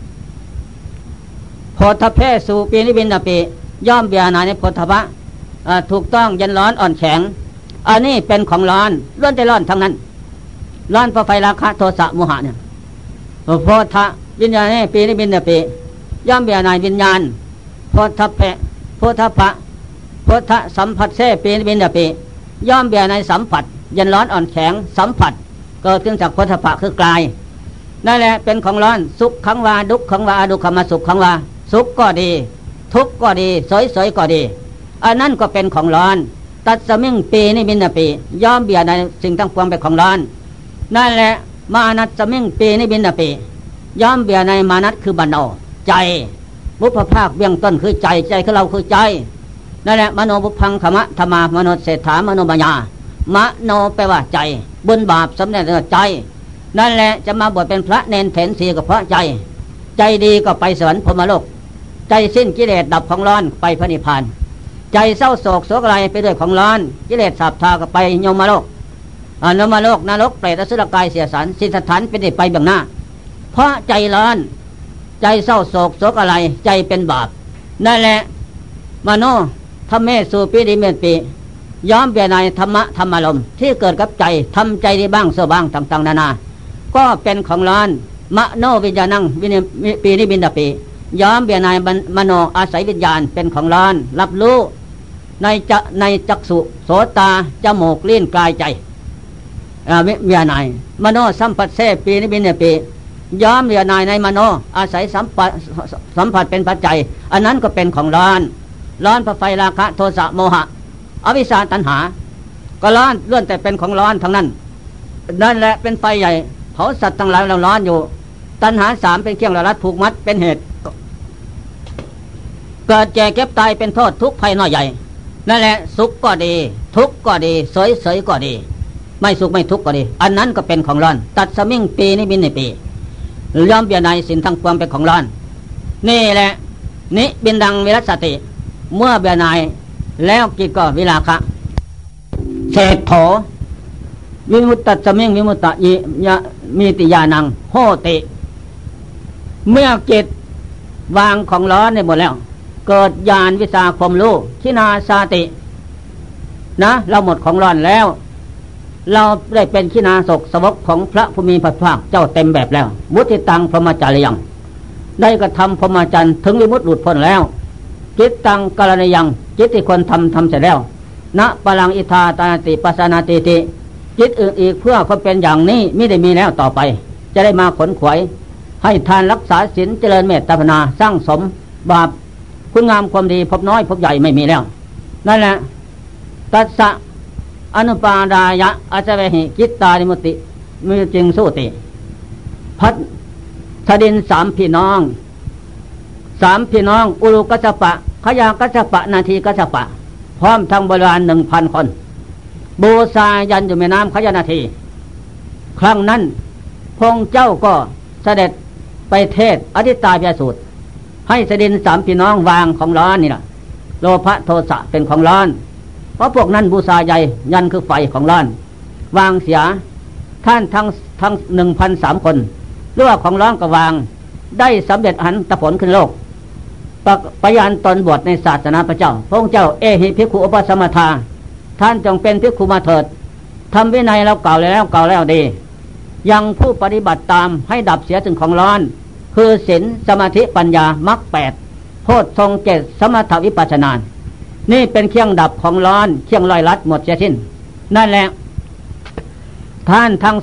โพธเพสูปีนิบินปีย่อมเบียนาในโพธพะถูกต้องเย็นร้อนอ่อนแข็งอันนี้เป็นของร้อนล้วนแต่ร้อนทั้งนั้นร้อนเพราะไฟราคะโทสะโมหะเนี่ยโพธวิญญาณปีนิบินปีย่อมเบียนายวิญญาณโพธเพโพธพะโพธสัมผัสเสปีนิบินปีย่อมเบียนายสัมผัสเย็นร้อนอ่อนแข็งสัมผัสเกิดขึ้นจากโพธพะคือกายนั่นแหละเป็นของร้อนสุขขังวาดุขขังวาอดุขมาสุขขังวาสุขก็ดีทุกข์ก็ดีเฉยก็ดีอันนั้นก็เป็นของร้อนตัดสมิงปีนิบินปีย่อมเบียดในสิ่งทั้งปวงเป็นของร้อนนั่นแหละมานัตสมิงปีนิบินปีย่อมเบียดในมานัตคือบันโนใจบุพภาคเบื้องต้นคือใจคือเราคือใจนั่นแหละมโนบุพังขมะธรรมามโนเศรษฐามโนมัญญามโนแปลว่าใจบุญบาปสำเร็จใจนั่นแหละจะมาบวชเป็นพระเนนเถรสีก็เพราะใจดีก็ไปสวรรค์พรหมโลกใจสิ้นกิเลสดับของร้อนไปพระนิพพานใจเศร้าโศกโศกอะไรไปด้วยของร้อนกิเลสสาบทาก็ไปโยมโลกนมโลกนรกเปรตอสุรกายเสียสารสิทธัตถานเป็นไปเบื้องหน้าเพราะใจร้อนใจเศร้าโศกโศกอะไรใจเป็นบาปนั่นแหละมโนธรรมเมสุปีดิเมปีย้อมเบียนายธรรมะธรรมารมณ์ที่เกิดกับใจทำใจดีบ้างเสียบ้างต่างๆนานาก็เป็นของร้อนมโนวิญญาณังปีนิบินปีย้อมเบียนายมโนอาศัยวิญญาณเป็นของร้อนรับรู้ในจักษุโสตาจมูกลิ้นกายใจเบียนายมโนสัมผัสเสปีนิบินปีย้อมเบียนายในมโนอาศัยสัมผัสเป็นปัจจัยอันนั้นก็เป็นของร้อนเพราะไฟราคะโทสะโมหะอวิชชาตัณหาก็ร้อนล้วนแต่เป็นของร้อนทั้งนั้นนั่นแหละเป็นไฟใหญ่เผาสัตว์ทั้งหลายเราร้อนอยู่ตัณหาสามเป็นเครื่องรัดผูกมัดเป็นเหตุเกิดแก่เก็บตายเป็นโทษทุกข์ภัยน้อยใหญ่นั่นแหละสุขก็ดีทุกข์ก็ดีเฉยก็ดีไม่สุขไม่ทุกข์ก็ดีอันนั้นก็เป็นของร้อนตัดสมิงปีนิบินในปีย่อมเบียดในสินทั้งปวงเป็นของร้อนนี่แหละนิบินดังวิรัสติเมื่อเบื่อหน่ายแล้วกิจก็วิราคะเศษโถวิมุตตสมิงวิมุตตยิยะมีติยานังโหติเมื่อจิตวางของร้อนในหมดแล้วเกิดญาณวิชาความรู้ขินาสาตินะเราหมดของร้อนแล้วเราได้เป็นขินาศกสวกของพระผู้มีพระภาคเจ้าเต็มแบบแล้วมุติตังพรหมจารยังได้กระทำพรหมจรรย์ถึงวิมุตติหลุดพ้นแล้วจิตตังกาลยังจิตที่ควรทำเสร็จแล้วณปรังอิทาตาติปัสนาติติจิตอื่นอีกเพื่อความเป็นอย่างนี้ไม่ได้มีแล้วต่อไปจะได้มาขนขวายให้ทานรักษาศีลเจริญเมตตาภาวนาสร้างสมบาปคุณงามความดีพบน้อยพบใหญ่ไม่มีแล้วนั่นแหละตัสสะอนุปาดายะอาจเวหิจิตตานิมุติมีจริงสุติพัดทดินสามพี่น้องอุรุกัสสปะขยากัสสปะนาทีกัสสปะพร้อมทั้งบริวาร 1,000 คนบูชายันอยู่แม่น้ำขยานาทีครั้งนั้นพงเจ้าก็เสด็จไปเทศอธิตาภิสูตรให้ทดินสามพี่น้องวางของร้อนนี่แหละโลภะโทสะเป็นของร้อนเพราะพวกนั้นบูชาใหญ่ยันคือไฟของร้อนวางเสียท่านทั้ง 1,003 คนหรือว่าของร้อนก็วางได้สำเร็จอรหันตผลขึ้นโลกปยานตนบวชในศาสนาพระเจ้าพระองค์เจ้าเอหิภิกขุอุปสมทาท่านจงเป็นภิกขุมาเถิดทำวินัยเราเก่าแล้วดียังผู้ปฏิบัติตามให้ดับเสียถึงของร้อนคือศีลสมาธิปัญญามรรค8โพชฌงค์7สมถวิปัสสนานี่เป็นเครื่องดับของร้อนเครื่องลอยลัดหมดเสียสิ้นนั่นแหละท่านทั้ง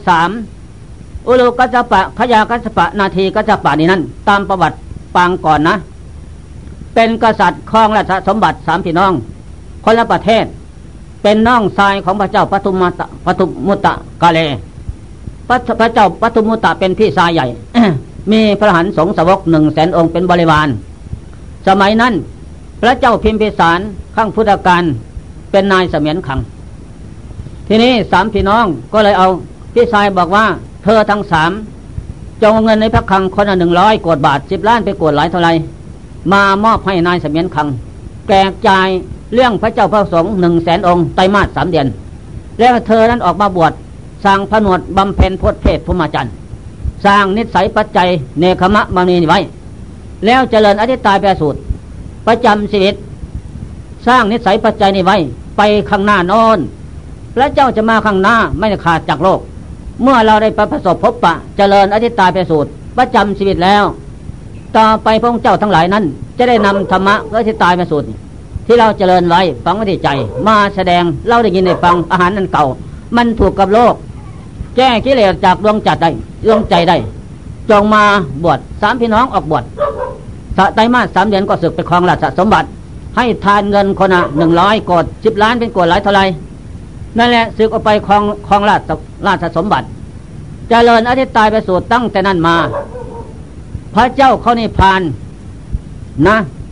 3อุลุกัสสปะขยากัสสปะนาทีกัสสปะนี่นั้นตามประวัติปางก่อนนะเป็นกษัตริย์ครองราชสมบัติ3พี่น้องคนละประเทศเป็นน้องชายของพระเจ้าปทุมุตตะกาเลพระเจ้าปทุมุตตะเป็นพี่ชายใหญ่ มีพระหันสงฆ์สาวก100,000 องค์เป็นบริวารสมัยนั้นพระเจ้าพิมพิสารข้างพุทธกาลเป็นนายเสมียนขังทีนี้3พี่น้องก็เลยเอาพี่ชายบอกว่าเธอทั้ง3จงเอาเงินในพระคลังคนละ100 โกฏบาท10 ล้านไปโกฏหลายเท่าไรมามอบให้นายเสมียนขังแจกจ่ายเรื่องพระเจ้าพระสงฆ์100,000 องค์ไตรมาส3 เดือนแล้วเธอนั้นออกมาบวชสร้างผนวดบำเพ็ญโพธิเพศพรหมจรรย์สร้างนิสัยปัจจัยเนคขมะมณีไว้แล้วเจริญอธิตาภิสูตรประจำชีวิตสร้างนิสัยปัจจัยนี้ไว้ไปข้างหน้าโน้นพระเจ้าจะมาข้างหน้าไม่ขาดจากโลกเมื่อเราได้ประสบพบปะเจริญอธิตาภิสูตรประจำชีวิตแล้วต่อไปพระองค์เจ้าทั้งหลายนั้นจะได้นำธรรมะอธิตาภิสูตรที่เราเจริญไว้ฝังไว้ในใจมาแสดงเราได้ยินได้ฟังอาหารนั้นเก่ามันถูกกับโลกแก้กิเลสจากดวงใจได้จงมาบวช3พี่น้องออกบวชไตรมาส3 เดือนก็ศึกไปครองราชสมบัติให้ทานเงินคนละ100 โกฏ10 ล้านเป็นโกฏหลายเท่าไรนั่นแหละศึกออกไปครองราชสมบัติเจริญอธิตาภิสูตรตั้งแต่นั้นมาพระเจ้าเขานิพพานนะ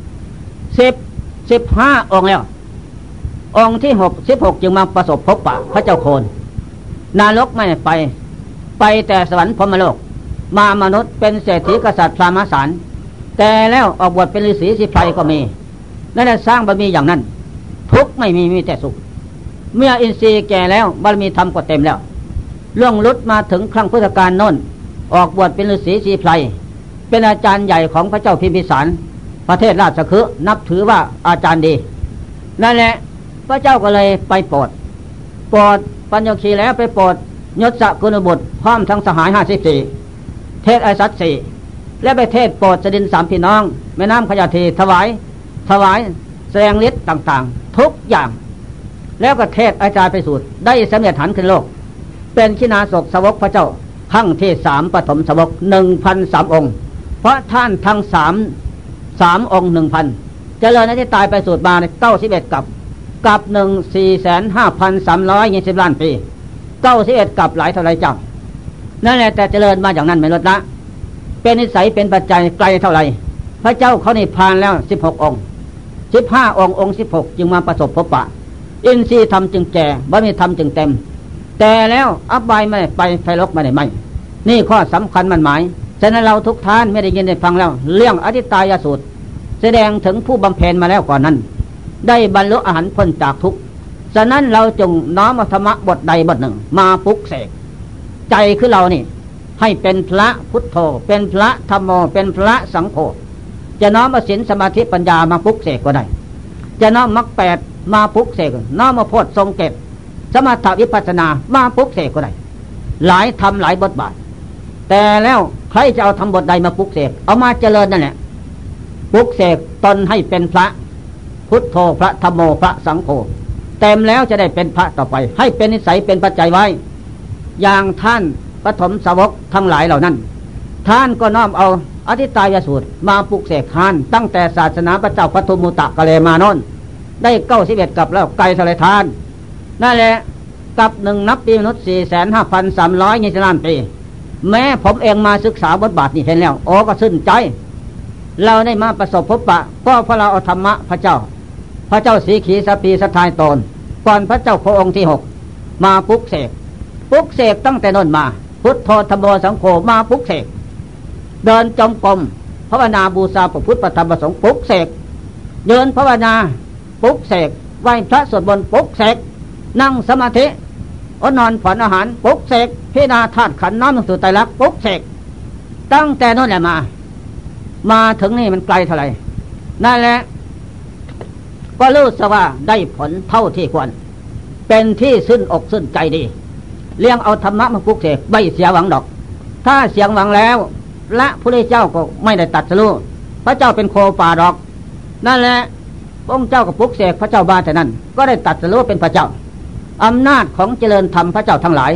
15 องค์แล้วองค์ที่16จึงมาประสบพบปะพระเจ้าโคนนรกไม่ไปแต่สวรรค์พรหมโลกมามนุษย์เป็นเศรษฐีกษัตริย์พราหมณ์สารแต่แล้วออกบวชเป็นฤาษีสิไพรก็มีนั่นแหละสร้างบารมีอย่างนั้นทุกไม่มีแต่สุขเมื่ออินทรีย์แก่แล้วบารมีธรรมก็เต็มแล้วล่วงลุดมาถึงครั้งพุทธกาลโน้นออกบวชเป็นฤาษีสิไพรเป็นอาจารย์ใหญ่ของพระเจ้าพิมพิสารประเทศราชคฤห์นับถือว่าอาจารย์ดีนั่นแหละพระเจ้าก็เลยไปโปรดปัญญคีแล้วไปโปรดยศกุลบุตรพร้อมทั้งสหาย54เทศไอสัต4และไปเทศโปรดสดิน3พี่น้องแม่น้ำขยาธีถวายแสดงฤทธิ์ต่างๆทุกอย่างแล้วก็เทศอาจารย์ไปสูตรได้สำเร็จหันขึ้นโลกเป็นขินาศกสาวกพระเจ้าครั้งที่3ปฐมสาวก 1,003 องค์เพราะท่านทั้ง3องค์ 1,000 เจริญอธิตาภิสูตรมาใน91กับ1,405,320 ล้านปี91กับหลายเท่าไรเจ้านั่นแหละแต่เจริญมาอย่างนั้นไม่ลดละเป็นนิสัยเป็นปัจจัยไกลเท่าไรพระเจ้าเขานิพพานแล้ว16 องค์15 องค์16จึงมาประสบพบปะอินทรีย์ธรรมจึงแก่บารมีธรรมจึงเต็มแต่แล้วอบายไม่ไปไฟลกไม่ได้ไหมนี่ข้อสำคัญมันหมายฉะนั้นเราทุกท่านไม่ได้ยินได้ฟังแล้วเรื่องอธิตายสูตรแสดงถึงผู้บำเพ็ญมาแล้วก่อนนั้นได้บรรลุอรหันต์พ้นจากทุกข์ฉะนั้นเราจงน้อมธรรมะบทใดบทหนึ่งมาปลุกเสกใจคือเรานี่ให้เป็นพระพุทโธเป็นพระธัมโมเป็นพระสังโฆจะน้อมศีลสมาธิปัญญามาปลุกเสกก็ได้จะน้อมมรรคแปดมาปลุกเสกน้อมมาโพธิทรงเก็บสมถะวิปัสสนามาปลุกเสกก็ได้หลายทำหลายบทบาทแต่แล้วใครจะเอาทำบทใดมาปลุกเสกเอามาเจริญนั่นแหละปลุกเสกตนให้เป็นพระพุทโธพระธัมโมพระสังโฆเต็มแล้วจะได้เป็นพระต่อไปให้เป็นนิสัยเป็นปัจจัยไว้อย่างท่านปฐมสาวกทั้งหลายเหล่านั้นท่านก็น้อมเอาอธิตายสูตรมาปลุกเสกท่านตั้งแต่ศาสนาพระเจ้าปทุมมุตะกะเลมานนได้91กับแล้วไกลทะเลทานนั่นแหละกับหนึ่งนับปีมนุษย์ 4,5,320 ล้านปีแม้ผมเองมาศึกษาบทบาทนี้เห็นแล้วโอ้ก็ซึ้งใจเราได้มาประสบพบปะก็เพราะเราเอาธรรมะพระเจ้าสีขีสปีสทายตนก่อนพระเจ้าโคองค์ที่6มาปลุกเสกตั้งแต่นนมาพุทโธธัมโมสังโฆมาปลุกเสกเดินจงกรมภาวนาบูชาพระพุทธพระธรรมพระสงฆ์ปลุกเสกเดินภาวนาปลุกเสกไหว้พระสวดมนต์ปลุกเสกนั่งสมาธิอดนอนฝันอาหารปลุกเสกพิจารณาธาตุขันธ์น้อมลงสู่ไตรลักษณ์ปลุกเสกตั้งแต่นั่นแหละมาถึงนี่มันไกลเท่าไหร่นั่นแหละก็รู้สึกว่าได้ผลเท่าที่ควรเป็นที่ซึ้งอกซึ้งใจดีเลี้ยงเอาธรรมะมาปลุกเสกไม่เสียหวังดอกถ้าเสียหวังแล้วละพระเจ้าก็ไม่ได้ตัดสู้พระเจ้าเป็นโคป่าดอกนั่นแหละพระองค์เจ้าก็ปลุกเสกพระเจ้าบาแต่นั้นก็ได้ตัดสู้เป็นพระเจ้าอำนาจของเจริญธรรมพระเจ้าทั้งหลาย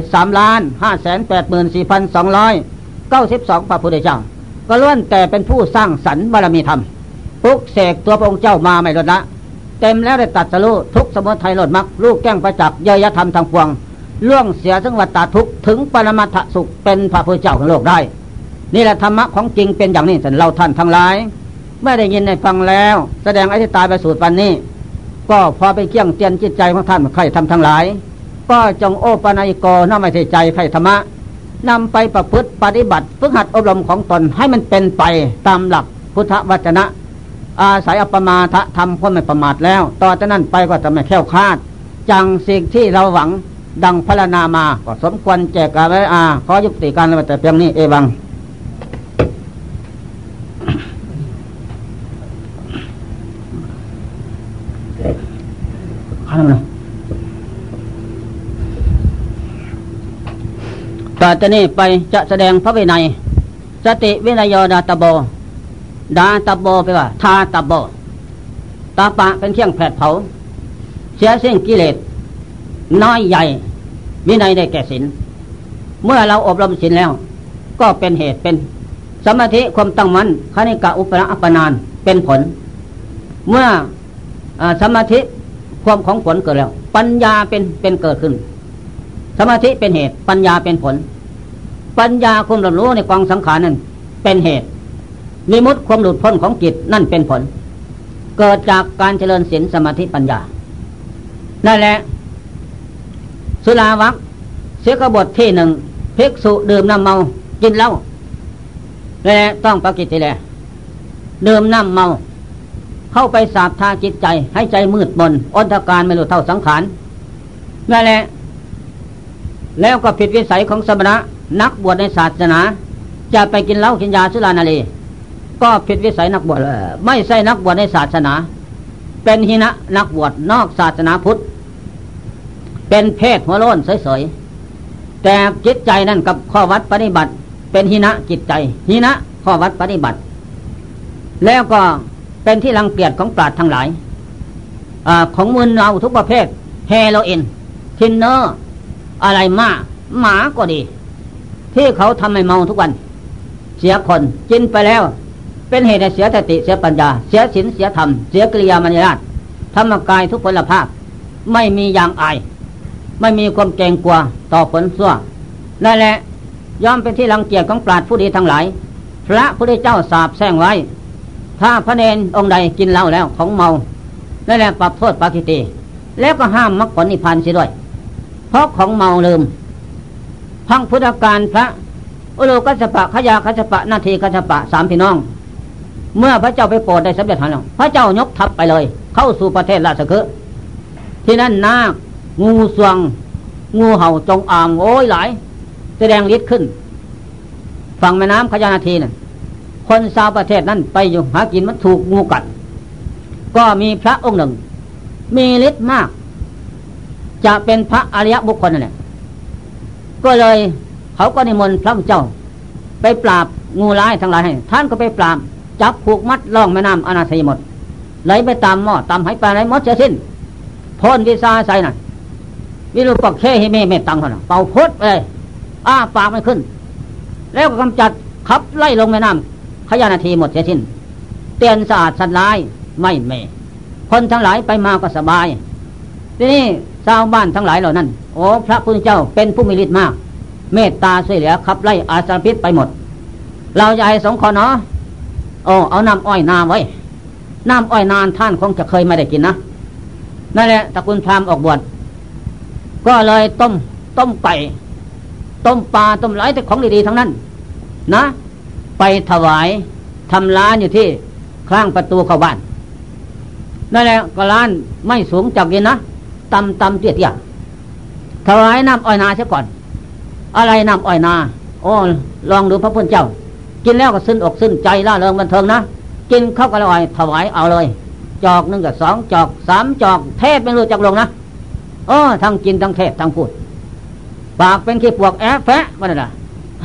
3,584,292 พระพุทธเจ้าก็ล้วนแต่เป็นผู้สร้างสรรค์บารมีธรรมปลุกเสกตัวพระองค์เจ้ามาไม่ลดละเต็มแล้วได้ตัดสู้ทุกสมุทัยลดมรรคลูกแก้งประจักษ์เยยธรรมทางปวงล่วงเสียซึ่งวัฏฏะทุกข์ถึงปรมัตถสุขเป็นพระพุทธเจ้าของโลกได้นี่แหละธรรมะของจริงเป็นอย่างนี้เราท่านทั้งหลายไม่ได้ยินได้ฟังแล้วแสดงอธิตายไปสูตรวันนี้ก็พอไปเกี่ยงเตียนจิตใจของท่านใครทำทั้งหลายก็จงโอปนัยโกน้อมใจใครธรรมะนำไปประพฤติปฏิบัติฝึกหัดอบรมของตนให้มันเป็นไปตามหลักพุทธวจนะอาศัยอัปปมาทะธรรมพ้นไม่ประมาทแล้วต่อจากนั้นไปก็จะไม่แคล้วคลาดจังสิ่งที่เราหวังดังพรรณนามาก็สมควรแจกกาไว้ขอยุติการไว้แต่เพียงนี้เอวังต่อจากนี้ไปจะแสดงพระวินัยสติวินัยดาตโบดาตโบไปว่าทาตโบตาปะเป็นเครื่องแผดเผาเสียสิ่งกิเลสน้อยใหญ่วินัยได้แก่ศีลเมื่อเราอบรมศีลแล้วก็เป็นเหตุเป็นสมาธิความตั้งมั่นคณิกะอุปนะอัปปนานเป็นผลเมื่อสมาธิความของผลเกิดแล้วปัญญาเป็นเกิดขึ้นสมาธิเป็นเหตุปัญญาเป็นผลปัญญาความรู้ในกองสังขารนั้นเป็นเหตุวิมุตติความหลุดพ้นของจิตนั่นเป็นผลเกิดจากการเจริญศีลสมาธิปัญญานั่นแหละสุราวัคเสียกบฏที่1ภิกษุดื่มน้ำเมากินเหล้าและต้องปกิติแลดื่มน้ำเมาเข้าไปสาบทาจิตใจให้ใจมืดมนอนทการไม่รู้เท่าสังขารนั่นแหละแล้วก็ผิดวิสัยของสมณะนักบวชในศาสนาจะไปกินเหล้ากินยาสุรานารีก็ผิดวิสัยนักบวชไม่ใช่นักบวชในศาสนาเป็นหินะนักบวชนอกศาสนาพุทธเป็นเพศหัวโล้นเฉยๆแต่จิตใจนั่นกับข้อวัดปฏิบัติเป็นหินะจิตใจหินะข้อวัดปฏิบัติแล้วก็เป็นที่รังเกียจของปราชญ์ทั้งหลายของมึนเมาทุกประเภทเฮโรอีนทินเนอร์อะไรหมาก็ดีที่เขาทำให้เมาทุกวันเสียคนกินไปแล้วเป็นเหตุให้เสียสติเสียปัญญาเสียศีลเสียธรรมเสียกิริยามารยาทธรรมกายทุกพลภาพไม่มียางอายไม่มีความเกรงกลัวต่อผลชั่วนั่นแหละย่อมเป็นที่รังเกียจของปราชญ์ผู้ดีทั้งหลายพระพุทธเจ้าสาปแช่งไว้ถ้าพระเนรองค์ใดกินเหล้าแล้วของเมานั่นแหละปรับโทษปากิติแล้วก็ห้ามมรรคผลนิพพานเสียด้วยเพราะของเมาลืมพังพุทธการพระอุลุกัสสปะขยากัสสปะนาทีกัสสปะสามพี่น้องเมื่อพระเจ้าไปโปรดได้สำเร็จแล้วพระเจ้ายกทัพไปเลยเข้าสู่ประเทศราชคฤห์ที่นั่นนาคงูสวงงูเห่าจงอางโอ้ยหลายแสดงฤทธิ์ขึ้นฝั่งแม่น้ำขยานาทีน่ะคนชาวประเทศนั้นไปอยู่หากินมันถูกงูกัดก็มีพระองค์หนึ่งมีฤทธิ์มากจะเป็นพระอริยบุคคลนั่นแหละก็เลยเขาก็นิมนต์พระเจ้าไปปราบงูร้ายทั้งหลายให้ท่านก็ไปปราบจับผูกมัดล่องแม่น้ำอนาถหมดไหลไปตามหม้อตามไหไปไหลหมดเสียสิ้นพ่นวิสาใส่น่ะวิรุปักเชหิเมเมตังเขาน่ะเป่าพดไปเลยปากมันขึ้นแล้วก็กำจัดขับไล่ลงแม่น้ำขยานาทีหมดเสียสิ้นเตียนสะอาดสัตว์ร้ายไม่เมคนทั้งหลายไปมาก็สบายทีนี้ชาวบ้านทั้งหลายเหล่านั้นโอ้พระพุทธเจ้าเป็นผู้มีฤทธิ์มากเมตตาช่วยเหลือขับไล่อาสาพิษไปหมดเราจะให้สงฆ์เนาะเอาน้ำอ้อยนาไว้น้ำอ้อยนานท่านคงจะเคยไม่ได้กินนะนั่นแหละตระกูลพราหมณ์ออกบวชก็เลยต้มไก่ต้มปลาต้มไหลแต่ของดีๆทั้งนั้นนะไปถวายทำร้านอยู่ที่ข้างประตูเข้าบ้านนั่นแหละก็ร้านไม่สูงจากดินนะต่ำเตี้ยๆถวายน้ำอ้อยนาเสียก่อนอะไรน้ำอ้อยนาลองดูพระพุทธเจ้ากินแล้วก็ซึ้นอกซึ้นใจล่าเริงบันเทิงนะกินข้าวกระลอยถวายเอาเลยจอกหนึ่งกับ2 จอก 3 จอกเทศไม่รู้จักลงนะทั้งกินทั้งเทศทั้งพูดปากเป็นขี้ปวกแอะแฟะมันน่ะ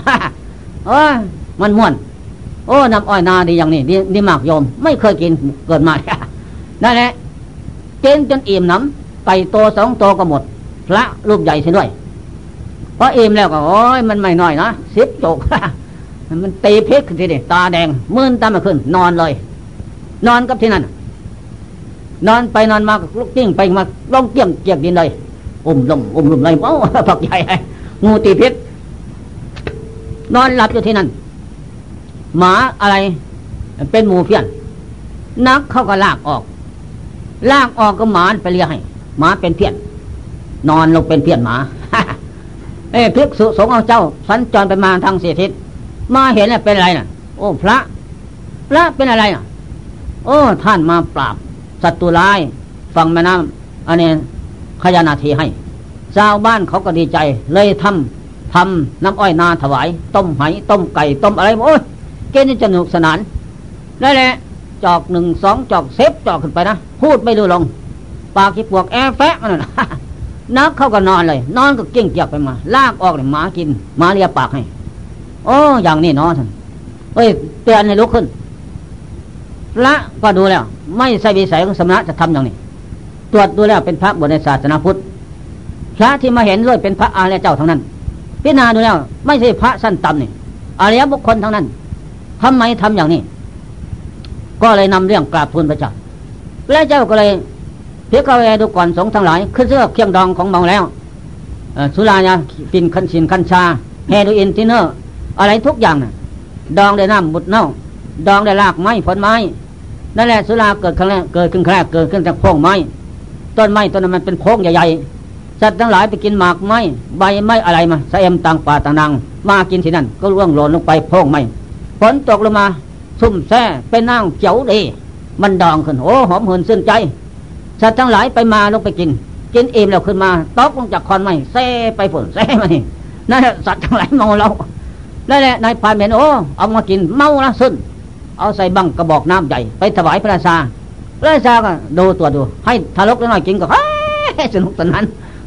มันม่วนน้ำอ้อยนาดีอย่างนี้ดีมากโยมไม่เคยกินเกิดมา นั่นแหละกินจนอิ่มน้ำไก่โต2 โตก็หมดพระรูปใหญ่เสียด้วยพออิ่มแล้วก็มันไม่น้อยนะ10 จก มันตีเพชรขึ้นทีเดียวตาแดงมื่นตามาขึ้นนอนเลยนอนกับที่นั่นนอนไปนอนมาลุกติ้งไปมาล่องเกี่ยงเกียกดินเลยลมเลยฝักใหญ่งูตีเพชรนอนหลับอยู่ที่นั่นหมาอะไรเป็นหมูเพี้ยนนักเข้าก็ลากออกก็หมาไปเลี้ยให้หมาเป็นเพี้ยนนอนลงเป็นเพี้ยนหมา ภิกษุสงฆ์เอาเจ้าสัญจรไปมาทาง4 ทิศมาเห็นเป็นอะไรน่ะพระเป็นอะไรน่ะท่านมาปราบศัตรูร้ายฟังแม่น้ำอันนี้ขยานาทีให้ชาวบ้านเขาก็ดีใจเลยทำน้ำอ้อยนาถวายต้มไหต้มไก่ต้มอะไรเกณฑ์จะสนุกสนานได้แหละจอก1 2 จอก10 จอกขึ้นไปนะพูดไม่รู้ลงปากขี้ปวกแอะแฟะมันน่ะ นักเข้าก็นอนเลยนอนก็เก่งเกียกไปมาลากออกเลยหมากินหมาเลียปากให้อย่างนี้เนาะท่านเตือนให้ลุกขึ้นพระก็ดูแล้วไม่ใช่วิสัยของสมณะจะทำอย่างนี้ตรวจดูแล้วเป็นพระบวชในศาสนาพุทธพระที่มาเห็นด้วยเป็นพระอริยเจ้าทั้งนั้นพิจารณาดูแล้วไม่ใช่พระสั้นต่ำนี่อริยบุคคลทั้งนั้นทำไมทำอย่างนี้ก็เลยนำเรื่องกราบทูลพระเจ้าพระเจ้าก็เลยเพียกเอาดูก่อนสงฆ์ทั้งหลายขึ้นเสื้อเครื่องดองของเมาแล้วสุรายาฟินคันชาเฮโรอีนทินเนอร์อะไรทุกอย่างน่ะดองได้น้ำบุดเน่าดองได้รากไม้ผลไม้นั่นแหละสุราเกิดขึ้นจากโพรงไม้ต้นไม้ต้นนั้นมันเป็นโพรงใหญ่ๆสัตว์ทั้งหลายไปกินหมากไม้ใบไม้อะไรมาสะเอ็มต่างป่าต่างนางมากินที่นั่นก็ร่วงหล่นลงไปโพรงไม้ฝนตกลงมาซุ่มแซ่เป็นน้ำเขียวดีมันดองขึ้นหอมหืนซื่นใจสัตว์ทั้งหลายไปมาลงไปกินอิ่มแล้วขึ้นมาตกลงจากคอนไม้แซ่ไปฝนแซ่มานี่นั่นแหละสัตว์ทั้งหลายเมาเรานั่นแหละนายพรานเห็นเอามากินเมาละซึ่งเอาใส่บังกระบอกน้ำใหญ่ไปถวายพระราชาก็ดูให้ทารกน้อยกินก็สนุกสนาน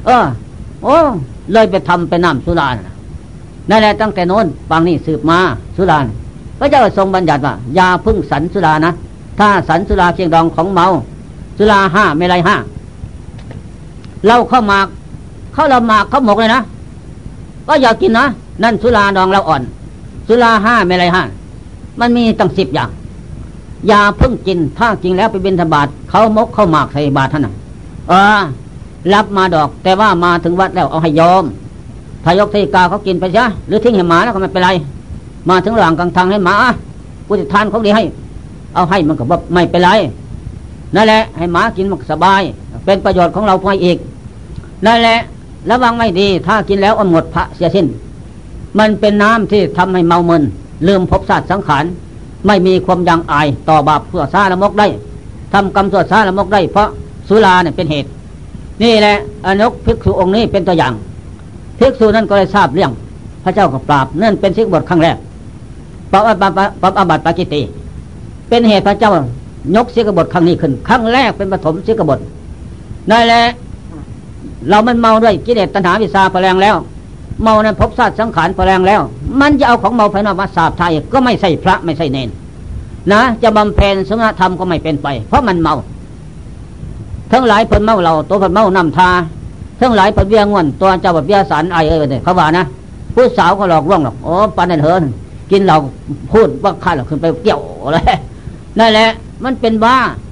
เลยไปทำเป็นน้ำสุรานั่นแหละตั้งแต่โน้นบางนี่สืบมาสุราพระเจ้าทรงบัญญัติว่าอย่าพึ่งสันสุรานะถ้าสันสุราเพียงดองของเมาสุรา5ไม่ไร5เราเข้าหมากเขาหมกเลยนะก็อย่ากินนะนั่นสุราดองเราอ่อนสุรา5ไม่ไร5มันมีตั้ง10 อย่างอย่าเพิ่งกินถ้ากินแล้วไปบิณฑบาตเขามกเข้าหมากใส่บาตรท่านน่ะรับมาดอกแต่ว่ามาถึงวัดแล้วเอาให้ยอมถ้ายกที่กาเขากินไปซะหรือทิ้งให้หมาแล้วก็ไม่เป็นไรมาถึงหลังกลางทางให้หมาผู้ที่ทานของดีให้เอาให้มันก็ไม่เป็นไรนั่นแหละให้หมากินมันสบายเป็นประโยชน์ของเราไปอีกนั่นแหละระวังไม่ดีถ้ากินแล้วหมดพระเสียสิ้นมันเป็นน้ำที่ทำให้เมามึนลืมภพชาติสังขารไม่มีความยังอายต่อบาปชั่วช้าละมกได้ทำกรรมชั่วช้าละมกได้เพราะสุราเนี่ยเป็นเหตุนี่แหละอนกภิกษุองค์นี้เป็นตัวอย่างภิกษุนั้นก็เลยทราบเรื่องพระเจ้าก็ปราบนั่นเป็นสิกบทครั้งแรกปรับอาบัติปาจิตติเป็นเหตุพระเจ้ายกสิกบทครั้งนี้ขึ้นครั้งแรกเป็นปฐมสิกบทนั่นแหละเรามันเมาด้วยกิเลสตัณหาวิชาพอแรงแล้วเมาในภพชาติสังขารพอแรงแล้วมันจะเอาของเมาภายนอกมาสาบทายก็ไม่ใช่พระไม่ใช่เนรนะจะบำเพ็ญสมณธรรมก็ไม่เป็นไปเพราะมันเมาทั้งหลายเพิ่นเมาเราตัวเพิ่นเมานำทาทั้งหลายเพิ่นเบี้ยง่วนตัวเจ้าแบบเบี้ยสารไอเนี่ยเขาว่านะผู้สาวเขาหลอกลวงหรอกโอ้ปานนั้นเหินกินเราพูดว่าข้าเราขึ้นไปเกี่ยวอะไรนั่นแหละมันเป็นบ้า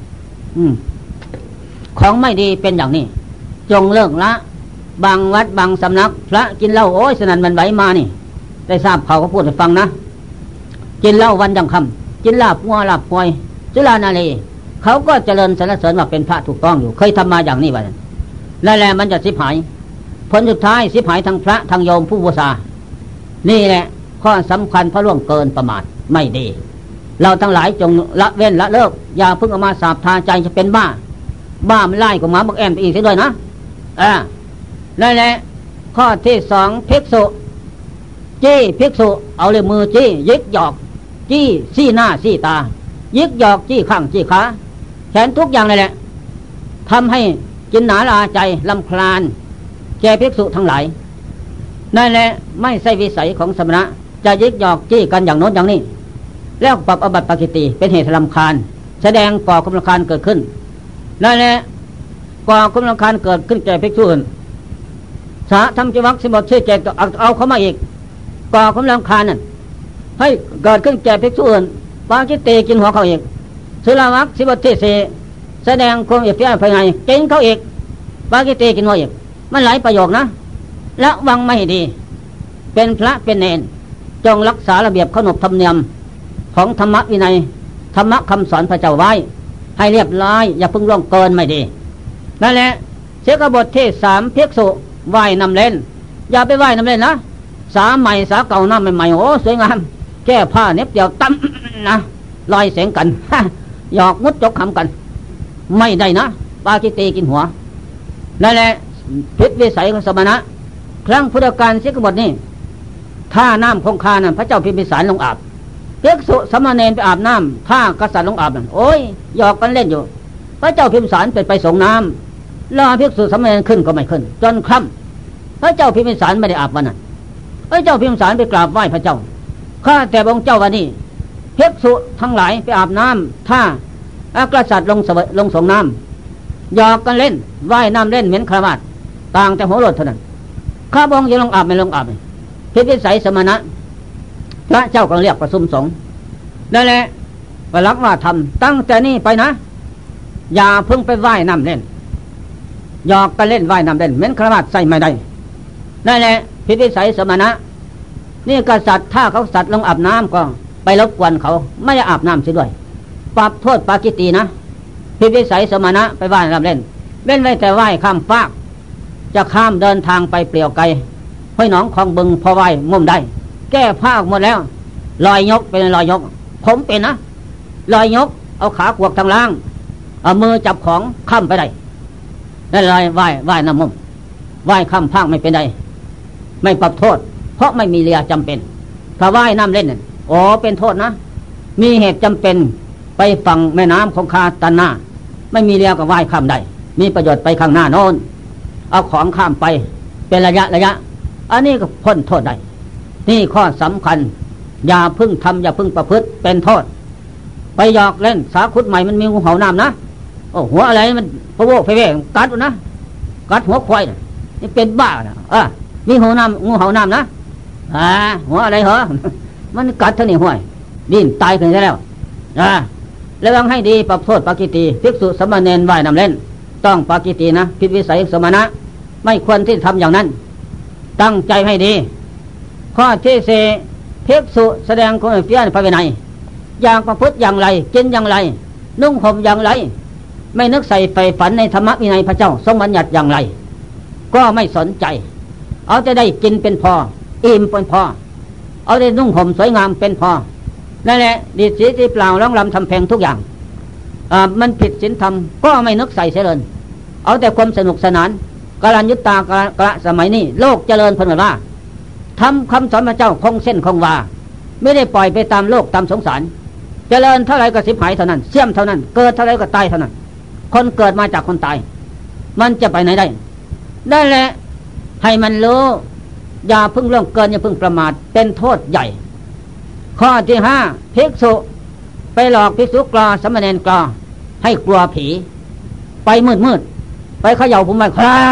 ของไม่ดีเป็นอย่างนี้จงเลิกละบางวัดบางสำนักพระกินเหล้าโอ้ยสนั่นมันไหวมานี่ได้ทราบเขาพูดให้ฟังนะกินเหล้าวันยังค่ำกินลาบงัวลาบควายสุรานารีเขาก็เจริญสรรเสริญว่าเป็นพระถูกต้องอยู่เคยทำมาอย่างนี้ไว้นั่นแหละมันจะสิบหายผลสุดท้ายสิบหายทั้งพระทั้งโยมผู้บูชานี่แหละข้อสำคัญเพราะล่วงเกินประมาทไม่ดีเราทั้งหลายจงละเว้นละเลิกอย่าเพิ่งเอามาสาบทาใจจะเป็นบ้ามันไล่กับหมาบักแอมไปอีกเสียด้วยนะนั่นแหละข้อที่สองภิกษุจี้ภิกษุเอาเลยมือจี้ยิกหยอกจี้ซี่หน้าซี่ตายิกหยอกจี้ข้างจี้ขาแขนทุกอย่างเลยแหละทำให้กินหนาลาใจลำคลานแก่ภิกษุทั้งหลายนั่นแหละไม่ใช่วิสัยของสมณะจะยิกหยอกจี้กันอย่างโน้นอย่างนี้แล้วปรับอาบัติปาจิตติเป็นเหตุลำคาญแสดงก่อความรำคาญเกิดขึ้นนั่นแหละก่อความรำคาญเกิดขึ้นแก่ภิกษุอื่นสาธรรมจิวักสิบทชื่อแจกเอาเข้ามาอีกก่อความรำคาญนั่นให้เกิดขึ้นแก่ภิกษุอื่นปาจิตติกินหัวเขาอีกสุราวักสิบทที่สี่แสดงความเอียดเอียดภายในกินเขาอีกปาจิตติกินหัวอีกมันหลายประโยคนะละวังไม่ดีเป็นพระเป็นเนรจงรักษาระเบียบขนบธรรมเนียมของธรรมวินัยธรรมคำสอนพระเจ้าไว้ให้เรียบร้อยอย่าเพิ่งล่วงเกินไม่ดีนั่นแหละเสกบทที่สามภิกษุไหว้น้ำเล่นอย่าไปไหว้น้ำเล่นนะสาใหม่สาเก่าน้ำใหม่ๆโอ้สวยงามแก้ผ้าเน็บเดียวตั้มนะลอยเสียงกันหยอกมุดจกคำกันไม่ได้นะปาจิตติกินหัวนั่นแหละพิษวิสัยของสมณะครั้งพุทธกาลเสกบทนี้ท่าน้ำคงคานั่นพระเจ้าพิมพิสารลงอาบภิกษุสมณเณรไปอาบน้ำท่ากษัตริย์ลงอาบนั่นโอ้ยหยอกกันเล่นอยู่พระเจ้าพิมพิสารไปส่งน้ำล่าภิกษุสมณเณรขึ้นก็ไม่ขึ้นจนค่ำพระเจ้าพิมพิสารไม่ได้อาบวันนั้นพระเจ้าพิมพิสารไปกราบไหว้พระเจ้าข้าแต่องค์เจ้าวันนี้ภิกษุทั้งหลายไปอาบน้ำท่ากษัตริย์ลงส่งน้ำหยอกกันเล่นว่ายน้ำเล่นเหม็นคราวาสต่างแต่หัวรถเท่านั้นข้าพระองค์ยังลงอาบไม่ลงอาบพิพิสัยสมณะพระเจ้าก็เรียกประชุมสงฆ์นั่นแหละประลักว่าทำตั้งแต่นี้ไปนะอย่าเพิ่งไปว่ายน้ำเล่นหยอกกันเล่นว่ายน้ำเล่นเหม็นคราวาสใส่ไม่ได้นั่นแหละพิพิสัยสมณะนี่กษัตริย์ถ้าเขาสัตว์ลงอาบน้ำก็ไปรบกวนเขาไม่ได้อาบน้ำเสียด้วยปรับโทษปาจิตตินะพิพิสัยสมณะไปว่ายน้ำเล่นเล่นไว้แต่ว่ายข้ามฟากจะข้ามเดินทางไปเปลี่ยวไกลห้วยหนองคลองบึงพอว่ายมุ่มได้แก้ผ้าออกหมดแล้วลอยยกเป็นลอยยกผมเป็นนะลอยยกเอาขาขวกทางล่างเอามือจับของข้ามไปได้นั่นลอยว่ายน้ำมุ่มว่ายข้ามฟากไม่เป็นไรไม่ปรับโทษเพราะไม่มีเรือจำเป็นถ้าว่ายน้ำเล่นอ๋อเป็นโทษนะมีเหตุจำเป็นไปฝั่งแม่น้ำคงคาตันหน้าไม่มีเรือก็ว่ายข้ามได้มีประโยชน์ไปข้างหน้าโน้นเอาของข้ามไปเป็นระยะอันนี้ก็พ้นโทษได้นี่ข้อสำคัญอย่าพึ่งทำอย่าพึ่งประพฤติเป็นโทษไปหยอกเล่นสาคุดใหม่มันมีงูเห่าน้ำนะโอ้หัวอะไรมันพะโวเพเวกัดนะกัดหัวควายนี่เป็นบ้านะมีงูเห่าน้ำนะหัวอะไรเหรอมันกัดเท่านี้ห้วยดิ้นตายขึ้นแล้วระวังให้ดีปรับโทษปาจิตติภิกษุสมณเณรว่ายน้ำเล่นต้องปาจิตตินะผิดวิสัยสมณะไม่ควรที่ทำอย่างนั้นตั้งใจให้ดีข้อที่สี่ภิกษุแสดงความเพียรภายในอยากประพฤติอย่างไรกินอย่างไรนุ่งห่มอย่างไรไม่นึกใส่ใฝ่ฝันในธรรมวินัยพระเจ้าทรงบัญญัติอย่างไรก็ไม่สนใจเอาจะได้กินเป็นพออิ่มเป็นพอเอาได้นุ่งห่มสวยงามเป็นพอนั่นแหละดีดสีตีเปล่าร้องรำทำเพลงทุกอย่างมันผิดศีลธรรมก็ไม่นึกใส่เสียเลยเอาแต่ความสนุกสนานกาลยุตตากาลสมัยนี้โลกเจริญเพิ่นว่าทำคำสอนพระเจ้าคงเส้นคงวาไม่ได้ปล่อยไปตามโลกตามสงสารเจริญเท่าไรก็สิบหายเท่านั้นเสี่ยมเท่านั้นเกิดเท่าไรก็ตายเท่านั้นคนเกิดมาจากคนตายมันจะไปไหนได้ได้แหละให้มันรู้อย่าพึ่งเรื่องเกินอย่าพึ่งประมาทเป็นโทษใหญ่ข้อที่ห้าภิกษุไปหลอกภิกษุกลาสมณเณรกลาให้กลัวผีไปมืดไปเขย่าผมไปคลา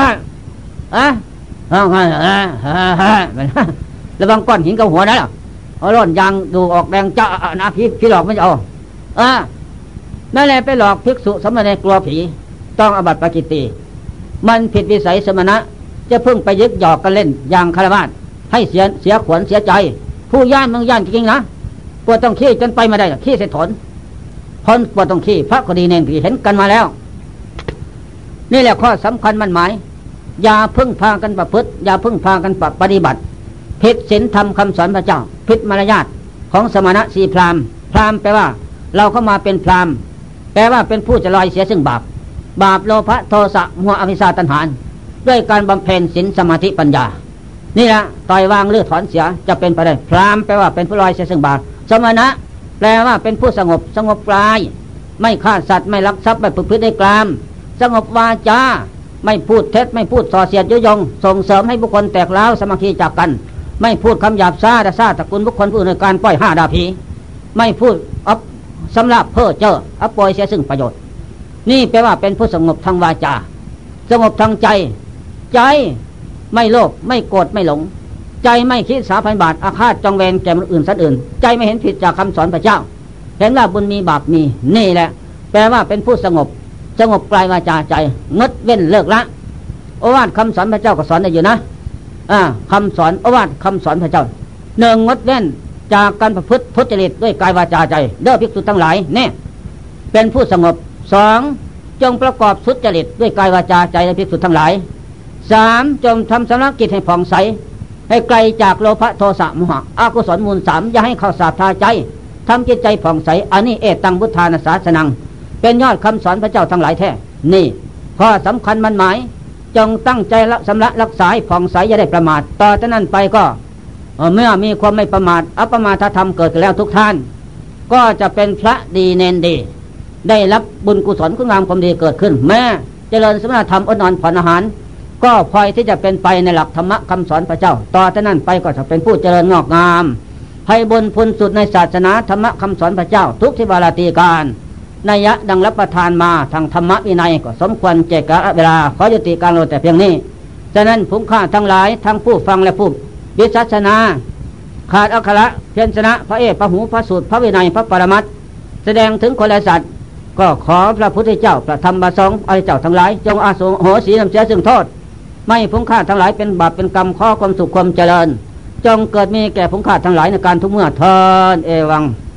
ระวังก้อนหินกับหัวนั่นเอาร่อนยางดูออกแดงจ้านะพี่หลอกไม่จะเอานั่นแหละไปหลอกภิกษุสมณเณรกลัวผีต้องอาบัติปาจิตตีมันผิดวิสัยสมณะจะเพิ่งไปยึกหยอกกันเล่นอย่างคารวะให้เสียขวัญเสียใจผู้ย่านมึงย่านจริงๆนะปวดต้องขี้จนไปไม่ได้ขี้เสร็จถอนพ้นปวดต้องขี้พระก็ดีเนรก็เห็นกันมาแล้วนี่แหละข้อสำคัญมันหมายอย่าพึ่งพากันประพฤติอย่าพึ่งพากันปฏิบัติผิดศีลธรรมคำสอนพระเจ้าผิดมารยาทของสมณะสีพราหมณ์พราหมณ์แปลว่าเราเข้ามาเป็นพราหมณ์แปลว่าเป็นผู้จะลอยเสียซึ่งบาปโลภะโทสะโมหะอวิชชาตัณหาด้วยการบำเพ็ญศีลสมาธิปัญญานี่แหละต่อยวางเลือดถอนเสียจะเป็นไปได้พราหมณ์แปลว่าเป็นผู้ลอยเสียซึ่งบาปสมณะแปลว่าเป็นผู้สงบกายไม่ฆ่าสัตว์ไม่ลักทรัพย์ไม่ประพฤติในกามสงบวาจาไม่พูดเท็จไม่พูดส่อเสียดยุยงส่งเสริมให้บุคคลแตกร้าวสามัคคีจากกันไม่พูดคำหยาบซ่าตระกูลบุคคลผู้อื่นในการปล่อย5 ดาภีไม่พูดสำหรับเพ้อเจ้อปล่อยเสียซึ่งประโยชน์นี่แปลว่าเป็นผู้สงบทางวาจาสงบทางใจไม่โลภไม่โกรธไม่หลงใจไม่คิดสาพันบาทอาฆาตจองเวรแก่คนอื่นสัตว์อื่นใจไม่เห็นผิดจากคำสอนพระเจ้าเห็นว่าบุญมีบาปมีนี่แหละแปลว่าเป็นผู้สงบกายวาจาใจงดเว้นเลิกละโอวาทคำสอนพระเจ้าก็สอนได้อยู่นะคำสอนโอวาทคำสอนพระเจ้า1งดเว้นจากการประพฤติทุจริตด้วยกายวาจาใจเด้อภิกษุทั้งหลายเนี่ยเป็นผู้สงบ2จงประกอบสุจริตด้วยกายวาจาใจและภิกษุทั้งหลาย3จงทำสำนักกิจให้ผ่องใสให้ไกลจากโลภะโทสะโมหะอกุศลมูล3อย่าให้เข้าสาทาใจทำจิตใจผ่องใสอันนี้เอตังพุทธานาสาสนังเป็นยอดคำสอนพระเจ้าทั้งหลายแท้นี่ข้อสำคัญมันหมายจงตั้งใจสำระรักษาให้ผ่องใสอย่าได้ประมาทต่อจากนั้นไปก็เมื่อมีความไม่ประมาทอัปมาทธรรมเกิดขึ้นแล้วทุกท่านก็จะเป็นพระดีเนนดีได้รับบุญกุศลคุณงามความดีเกิดขึ้นแม้เจริญสมณธรรมอดนอนผ่อนอาหารก็พลอยที่จะเป็นไปในหลักธรรมะคำสอนพระเจ้าต่อจากนั้นไปก็จะเป็นผู้เจริญงอกงามให้บุญพุนสุดในศาสนาธรรมะคำสอนพระเจ้าทุกที่วาราตีการนัยยะดังรับประทานมาทางธรรมะวินัยก็สมควรแก่กาลเวลาขอยุติการลงแต่เพียงนี้ฉะนั้นผู้ข้าทั้งหลายทั้งผู้ฟังและผู้วิจัชนาขาดอัคระเพียรชนะพระเอกพระหูพระสูตรพระวินัยพระปรมัตถ์แสดงถึงคนและสัตว์ก็ขอพระพุทธเจ้าพระธรรมพระสงฆ์อริยเจ้าทั้งหลายจงอาโหสินำเสียซึ่งโทษไม่ผู้ข้าทั้งหลายเป็นบาปเป็นกรรมข้อความสุขความเจริญจงเกิดมีแก่ผู้ข้าทั้งหลายในการทุกเมื่อเทินเอวัง